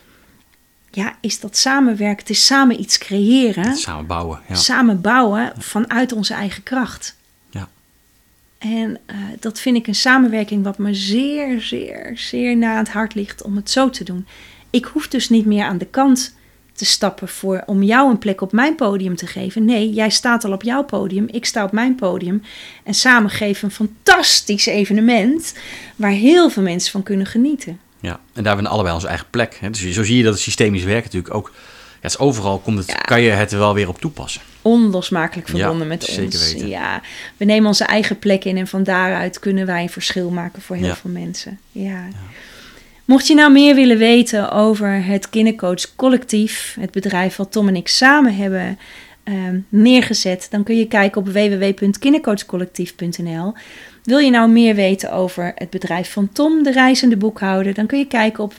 ja, is dat samenwerken. Het is samen iets creëren. Samen bouwen. Ja. Samen bouwen vanuit onze eigen kracht. Ja. En dat vind ik een samenwerking wat me zeer, zeer, zeer na het hart ligt om het zo te doen. Ik hoef dus niet meer aan de kant te stappen om jou een plek op mijn podium te geven. Nee, jij staat al op jouw podium, ik sta op mijn podium. En samen geven een fantastisch evenement waar heel veel mensen van kunnen genieten. Ja, en daar hebben we allebei onze eigen plek. Hè? Dus zo zie je dat het systemisch werken natuurlijk ook. Ja, dus overal kan je het er wel weer op toepassen. Onlosmakelijk verbonden met zeker ons. Weten. Ja, we nemen onze eigen plek in en van daaruit kunnen wij een verschil maken voor heel veel mensen. Ja. Mocht je nou meer willen weten over het Kindercoach Collectief, het bedrijf wat Tom en ik samen hebben neergezet, dan kun je kijken op www.kindercoachcollectief.nl. Wil je nou meer weten over het bedrijf van Tom, de reizende boekhouder, dan kun je kijken op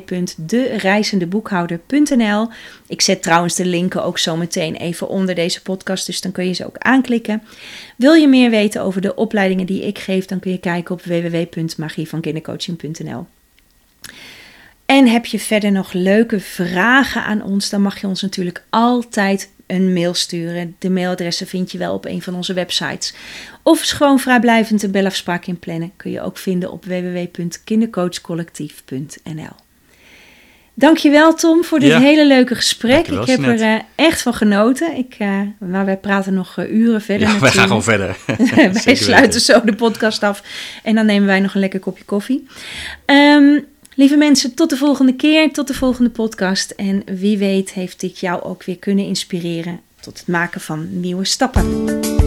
www.dereizendeboekhouder.nl. Ik zet trouwens de linken ook zo meteen even onder deze podcast, dus dan kun je ze ook aanklikken. Wil je meer weten over de opleidingen die ik geef, dan kun je kijken op www.magievankindercoaching.nl. En heb je verder nog leuke vragen aan ons, dan mag je ons natuurlijk altijd een mail sturen. De mailadressen vind je wel op een van onze websites. Of gewoon vrijblijvend een belafspraak inplannen. Kun je ook vinden op www.kindercoachcollectief.nl. Dankjewel Tom voor dit hele leuke gesprek. Ik heb er echt van genoten. Maar wij praten nog uren verder. Ja, wij gaan gewoon verder. Wij sluiten zo de podcast af. En dan nemen wij nog een lekker kopje koffie. Lieve mensen, tot de volgende keer, tot de volgende podcast. En wie weet heeft dit jou ook weer kunnen inspireren tot het maken van nieuwe stappen.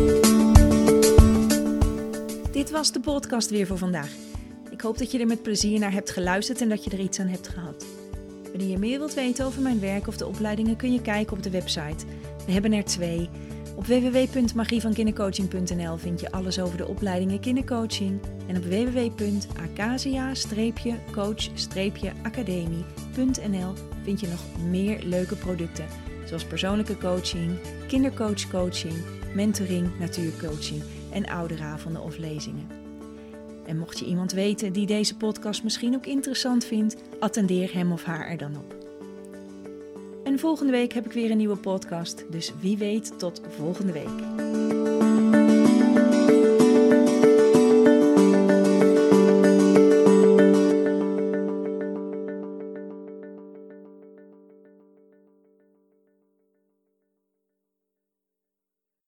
Dit was de podcast weer voor vandaag. Ik hoop dat je er met plezier naar hebt geluisterd en dat je er iets aan hebt gehad. Wanneer je meer wilt weten over mijn werk of de opleidingen kun je kijken op de website. We hebben er 2. Op www.magievankindercoaching.nl vind je alles over de opleidingen kindercoaching. En op www.acasia-coach-academie.nl vind je nog meer leuke producten. Zoals persoonlijke coaching, kindercoachcoaching, mentoring, natuurcoaching en ouderavonden of lezingen. En mocht je iemand weten die deze podcast misschien ook interessant vindt, attendeer hem of haar er dan op. En volgende week heb ik weer een nieuwe podcast, dus wie weet tot volgende week.